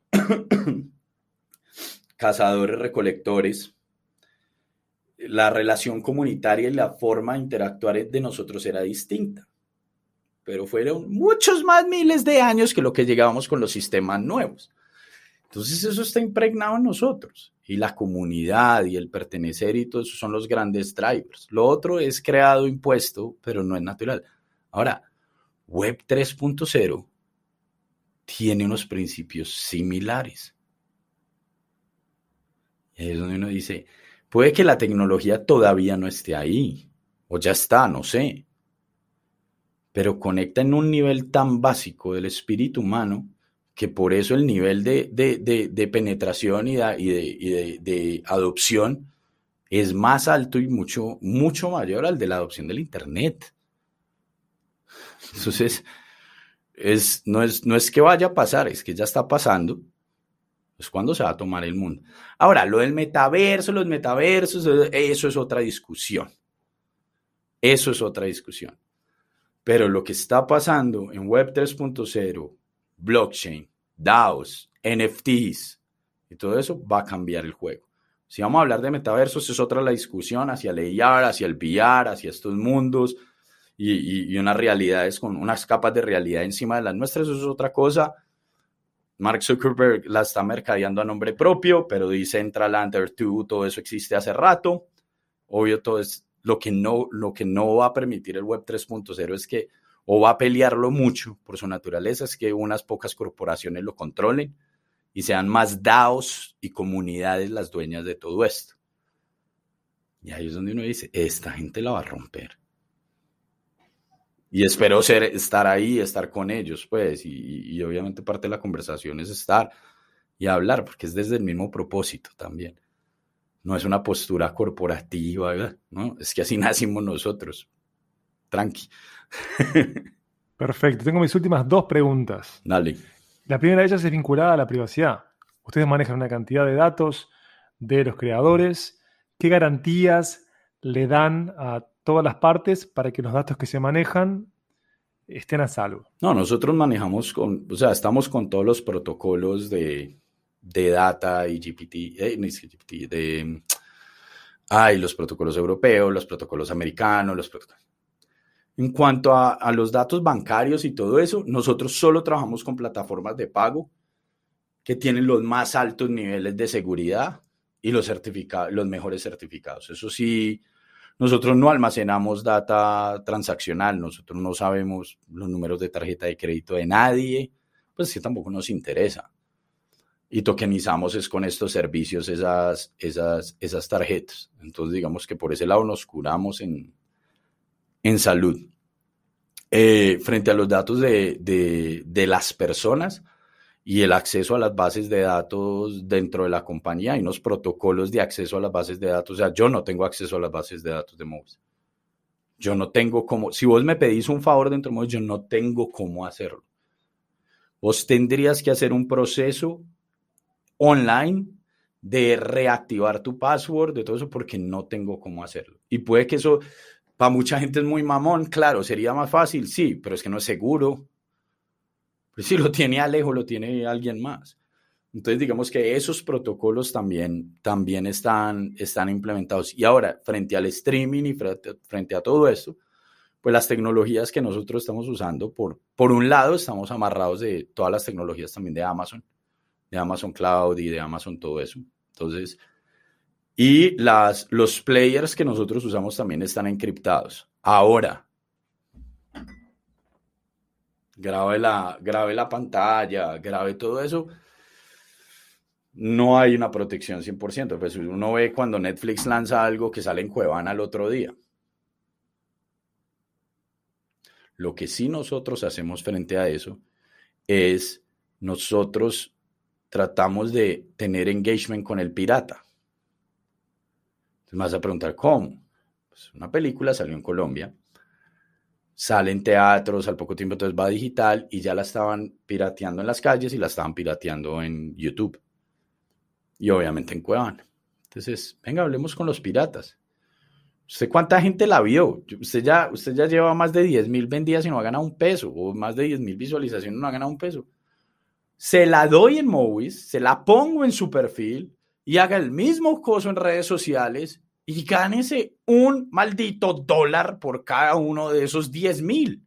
cazadores-recolectores, la relación comunitaria y la forma de interactuar de nosotros era distinta. Pero fueron muchos más miles de años que lo que llegábamos con los sistemas nuevos. Entonces eso está impregnado en nosotros. Y la comunidad y el pertenecer y todo eso son los grandes drivers. Lo otro es creado, impuesto, pero no es natural. Ahora, Web 3.0 tiene unos principios similares. Y ahí es donde uno dice, puede que la tecnología todavía no esté ahí, o ya está, no sé. Pero conecta en un nivel tan básico del espíritu humano que por eso el nivel de penetración y de adopción es más alto y mucho, mucho mayor al de la adopción del Internet. Entonces, no es que vaya a pasar, es que ya está pasando. Es cuando se va a tomar el mundo. Ahora, lo del metaverso, los metaversos, eso es otra discusión. Eso es otra discusión. Pero lo que está pasando en Web 3.0, blockchain, DAOs, NFTs y todo eso va a cambiar el juego. Si vamos a hablar de metaversos, es otra la discusión hacia el AR, hacia el VR, hacia estos mundos y unas realidades con unas capas de realidad encima de las nuestras, eso es otra cosa. Mark Zuckerberg la está mercadeando a nombre propio, pero Decentraland, Earth2, todo eso existe hace rato. Obvio, todo es lo que no va a permitir el Web 3.0 es que, o va a pelearlo mucho por su naturaleza, es que unas pocas corporaciones lo controlen y sean más DAOs y comunidades las dueñas de todo esto. Y ahí es donde uno dice, esta gente la va a romper. Y espero estar ahí, estar con ellos, pues, y obviamente parte de la conversación es estar y hablar, porque es desde el mismo propósito también. No es una postura corporativa, ¿verdad? ¿No? Es que así nacimos nosotros. Tranqui. Perfecto. Tengo mis últimas 2 preguntas. Dale. La primera de ellas es vinculada a la privacidad. Ustedes manejan una cantidad de datos de los creadores. ¿Qué garantías le dan a todas las partes para que los datos que se manejan estén a salvo? No, nosotros manejamos estamos con todos los protocolos de data y GPT, los protocolos europeos, los protocolos americanos, En cuanto a los datos bancarios y todo eso, nosotros solo trabajamos con plataformas de pago que tienen los más altos niveles de seguridad y los mejores certificados. Eso sí, nosotros no almacenamos data transaccional, nosotros no sabemos los números de tarjeta de crédito de nadie, pues que tampoco nos interesa. Y tokenizamos es con estos servicios esas tarjetas. Entonces digamos que por ese lado nos curamos en salud. Frente a los datos de las personas y el acceso a las bases de datos dentro de la compañía, hay unos protocolos de acceso a las bases de datos. O sea, yo no tengo acceso a las bases de datos de Moves. Yo no tengo cómo. Si vos me pedís un favor dentro de Moves, yo no tengo cómo hacerlo. Vos tendrías que hacer un proceso online de reactivar tu password, de todo eso, porque no tengo cómo hacerlo. Y puede que eso, para mucha gente es muy mamón, claro, sería más fácil, sí, pero es que no es seguro. Pues si lo tiene Alejo, lo tiene alguien más. Entonces digamos que esos protocolos también están implementados. Y ahora, frente al streaming y frente a todo esto, pues las tecnologías que nosotros estamos usando, por un lado estamos amarrados de todas las tecnologías también de Amazon Cloud y de Amazon todo eso. Entonces, Y los players que nosotros usamos también están encriptados. Ahora, grabe la pantalla, grabe todo eso. No hay una protección 100%. Pues uno ve cuando Netflix lanza algo que sale en Cuevana al otro día. Lo que sí nosotros hacemos frente a eso es nosotros tratamos de tener engagement con el pirata. Entonces me vas a preguntar, ¿cómo? Pues una película salió en Colombia, sale en teatros, al poco tiempo entonces va digital y ya la estaban pirateando en las calles y la estaban pirateando en YouTube. Y obviamente en Cuevana. Entonces, venga, hablemos con los piratas. ¿Usted cuánta gente la vio? Usted ya lleva más de 10,000 vendidas y no ha ganado un peso, o más de 10,000 visualizaciones y no ha ganado un peso. Se la doy en Movies, se la pongo en su perfil y haga el mismo coso en redes sociales y gánese un maldito dólar por cada uno de esos 10,000.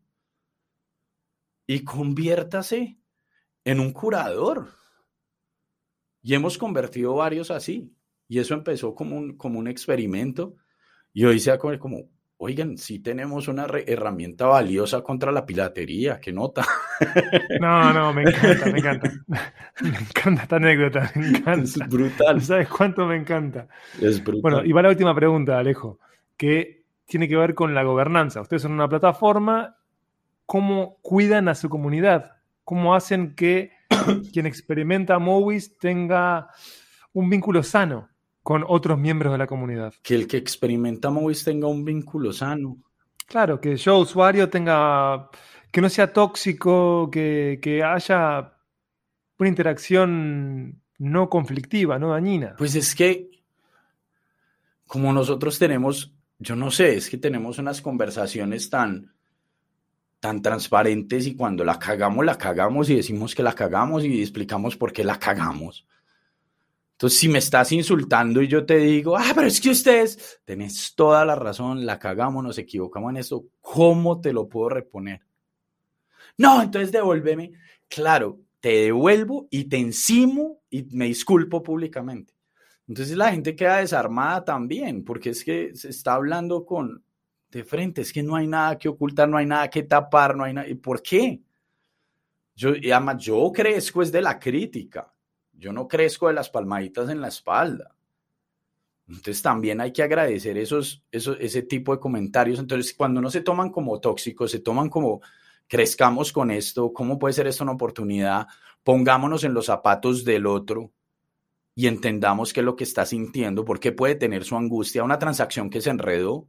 Y conviértase en un curador. Y hemos convertido varios así. Y eso empezó como un experimento. Y hoy se ha como, oigan, sí tenemos una herramienta valiosa contra la piratería. ¿Qué nota? No, me encanta. Me encanta esta anécdota, me encanta. Es brutal. No sabes cuánto me encanta. Es brutal. Bueno, y va la última pregunta, Alejo, que tiene que ver con la gobernanza. Ustedes son una plataforma. ¿Cómo cuidan a su comunidad? ¿Cómo hacen que quien experimenta Movies tenga un vínculo sano con otros miembros de la comunidad? Que el que experimenta Movies tenga un vínculo sano. Claro, que yo, usuario, que no sea tóxico, que haya una interacción no conflictiva, no dañina. Pues es que, como nosotros tenemos, yo no sé, es que tenemos unas conversaciones tan transparentes y cuando la cagamos y decimos que la cagamos y explicamos por qué la cagamos. Entonces, si me estás insultando y yo te digo, pero es que ustedes, tenés toda la razón, la cagamos, nos equivocamos en esto, ¿cómo te lo puedo reponer? No, entonces devuélveme. Claro, te devuelvo y te encimo y me disculpo públicamente. Entonces la gente queda desarmada también, porque es que se está hablando de frente, es que no hay nada que ocultar, no hay nada que tapar, no hay nada. ¿Y por qué? Además, yo crezco es de la crítica. Yo no crezco de las palmaditas en la espalda. Entonces también hay que agradecer ese tipo de comentarios. Entonces cuando no se toman como tóxicos, se toman como crezcamos con esto, ¿cómo puede ser esto una oportunidad? Pongámonos en los zapatos del otro y entendamos qué es lo que está sintiendo, por qué puede tener su angustia, una transacción que se enredó.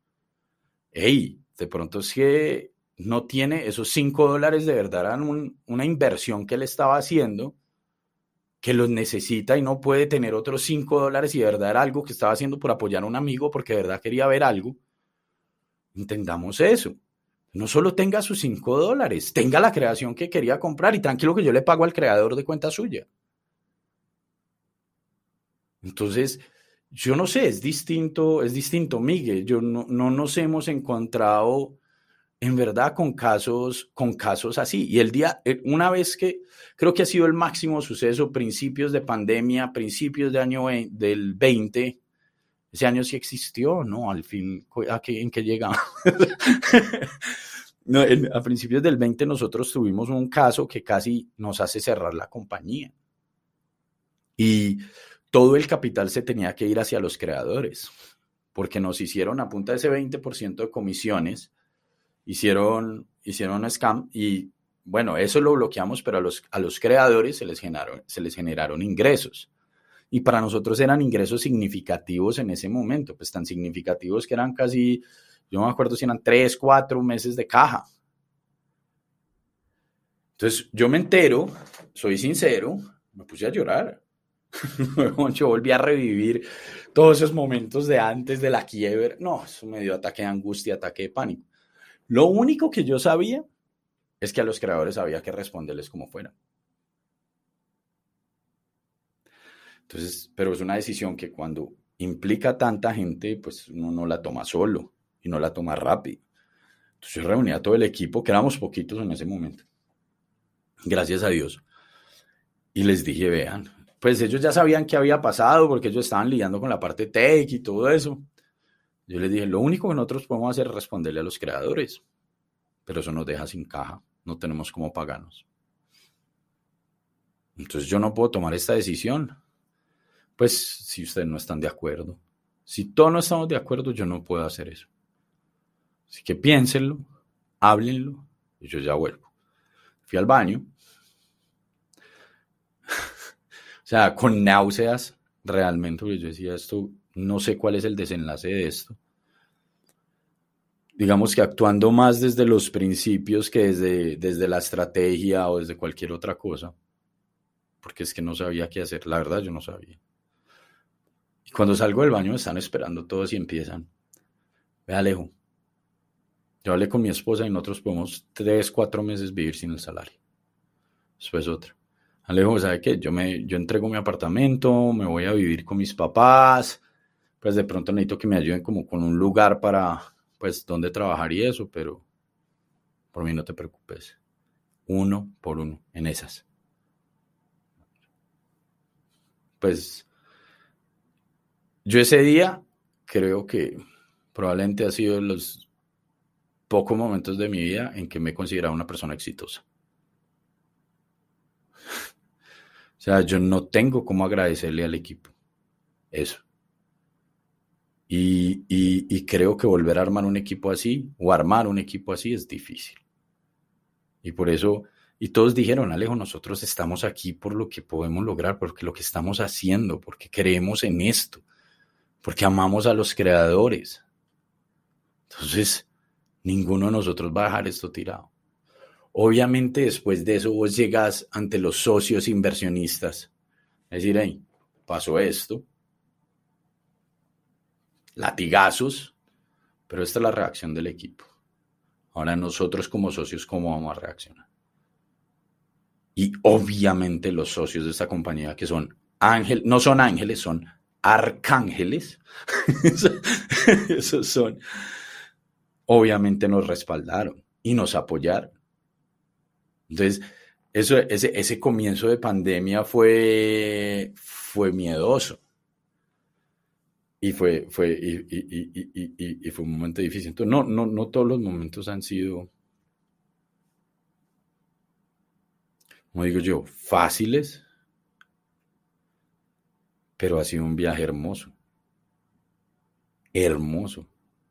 De pronto es que no tiene esos $5 de verdad, eran una inversión que él estaba haciendo, que los necesita y no puede tener otros $5 y de verdad era algo que estaba haciendo por apoyar a un amigo porque de verdad quería ver algo. Entendamos eso. No solo tenga sus $5, tenga la creación que quería comprar y tranquilo que yo le pago al creador de cuenta suya. Entonces, yo no sé, es distinto, Miguel. No nos hemos encontrado en verdad con casos así. Y una vez que creo que ha sido el máximo suceso, principios de pandemia, principios de año del 20, ese año sí existió, ¿no? Al fin, ¿en qué llegamos? No, a principios del 20 nosotros tuvimos un caso que casi nos hace cerrar la compañía. Y todo el capital se tenía que ir hacia los creadores, porque nos hicieron a punta de ese 20% de comisiones, hicieron un scam y bueno, eso lo bloqueamos, pero a los creadores se les generaron ingresos. Y para nosotros eran ingresos significativos en ese momento, pues tan significativos que eran casi, yo no me acuerdo si eran 3, 4 meses de caja. Entonces yo me entero, soy sincero, me puse a llorar. Yo volví a revivir todos esos momentos de antes de la quiebra. No, eso me dio ataque de angustia, ataque de pánico. Lo único que yo sabía es que a los creadores había que responderles como fuera. Entonces, pero es una decisión que cuando implica tanta gente, pues uno no la toma solo y no la toma rápido. Entonces yo reuní a todo el equipo, que éramos poquitos en ese momento, gracias a Dios, y les dije, vean, pues ellos ya sabían qué había pasado porque ellos estaban lidiando con la parte tech y todo eso. Yo les dije, lo único que nosotros podemos hacer es responderle a los creadores, pero eso nos deja sin caja, no tenemos cómo pagarnos. Entonces yo no puedo tomar esta decisión. Pues si ustedes no están de acuerdo, si todos no estamos de acuerdo, yo no puedo hacer eso. Así que piénsenlo, háblenlo y yo ya vuelvo. Fui al baño. O sea, con náuseas, realmente, porque yo decía esto, no sé cuál es el desenlace de esto. Digamos que actuando más desde los principios que desde la estrategia o desde cualquier otra cosa. Porque es que no sabía qué hacer, la verdad yo no sabía. Y cuando salgo del baño me están esperando todos y empiezan. Ve, Alejo, yo hablé con mi esposa y nosotros podemos 3-4 meses vivir sin el salario. Después otra. Alejo, ¿sabe qué? Yo entrego mi apartamento, me voy a vivir con mis papás, pues de pronto necesito que me ayuden como con un lugar para, pues, dónde trabajar y eso, pero por mí no te preocupes. Uno por uno, en esas. Pues, yo ese día creo que probablemente ha sido los pocos momentos de mi vida en que me he considerado una persona exitosa. O sea, yo no tengo cómo agradecerle al equipo eso. Y creo que volver a armar un equipo así, o armar un equipo así, es difícil. Y por eso, y todos dijeron, Alejo, nosotros estamos aquí por lo que podemos lograr, porque lo que estamos haciendo, porque creemos en esto, porque amamos a los creadores. Entonces, ninguno de nosotros va a dejar esto tirado. Obviamente después de eso vos llegás ante los socios inversionistas. Es decir, hey, pasó esto. Latigazos. Pero esta es la reacción del equipo. Ahora nosotros como socios, ¿cómo vamos a reaccionar? Y obviamente los socios de esta compañía que son ángeles, no son ángeles, son arcángeles. Esos son. Obviamente nos respaldaron y nos apoyaron. Entonces, ese comienzo de pandemia fue miedoso. Y fue un momento difícil. Entonces, no todos los momentos han sido, como digo yo, fáciles, pero ha sido un viaje hermoso. Hermoso.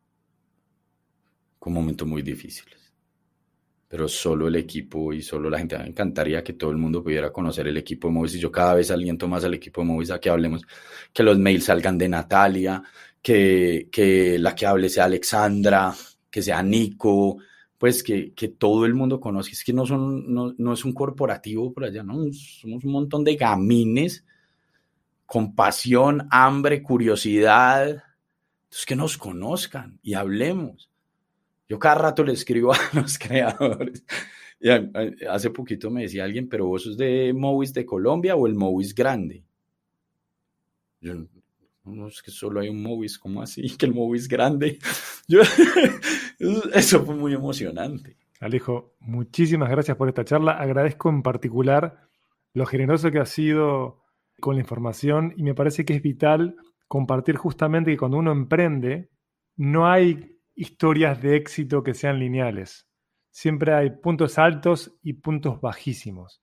Con momentos muy difíciles. Pero solo el equipo y solo la gente. Me encantaría que todo el mundo pudiera conocer el equipo de Movies. Y yo cada vez aliento más al equipo de Movies a que hablemos, que los mails salgan de Natalia, que la que hable sea Alexandra, que sea Nico, pues que todo el mundo conozca. Es que no es un corporativo por allá, ¿no? Somos un montón de gamines con pasión, hambre, curiosidad. Entonces que nos conozcan y hablemos. Yo cada rato le escribo a los creadores. Y hace poquito me decía alguien, pero vos sos de Movies de Colombia o el Movies grande. Yo, no, es que solo hay un Movies, ¿cómo así? Que el Movies grande. Eso fue muy emocionante. Alejo, muchísimas gracias por esta charla. Agradezco en particular lo generoso que has sido con la información y me parece que es vital compartir justamente que cuando uno emprende no hay historias de éxito que sean lineales. Siempre hay puntos altos y puntos bajísimos.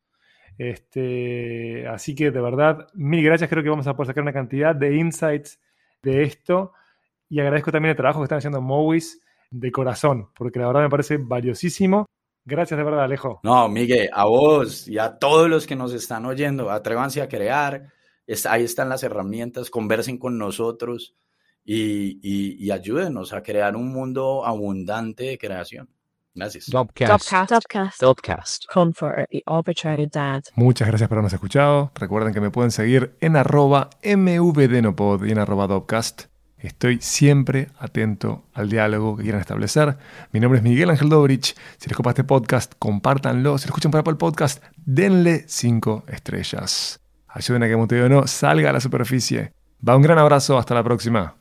Así que de verdad, mil gracias. Creo que vamos a poder sacar una cantidad de insights de esto y agradezco también el trabajo que están haciendo Movies de corazón, porque la verdad me parece valiosísimo. Gracias de verdad, Alejo. No, Miguel, a vos y a todos los que nos están oyendo, atrévanse a crear. Ahí están las herramientas, conversen con nosotros. Y ayúdenos a crear un mundo abundante de creación. Gracias. Dopcast. Comfort the Arbitrary Dad. Muchas gracias por habernos escuchado. Recuerden que me pueden seguir en @mvdnopod y en @dopcast. Estoy siempre atento al diálogo que quieran establecer. Mi nombre es Miguel Ángel Dobrich. Si les copa este podcast, compártanlo. Si lo escuchan por Apple Podcast, denle 5 estrellas. Ayuden a que Montevideo no salga a la superficie. Va, un gran abrazo. Hasta la próxima.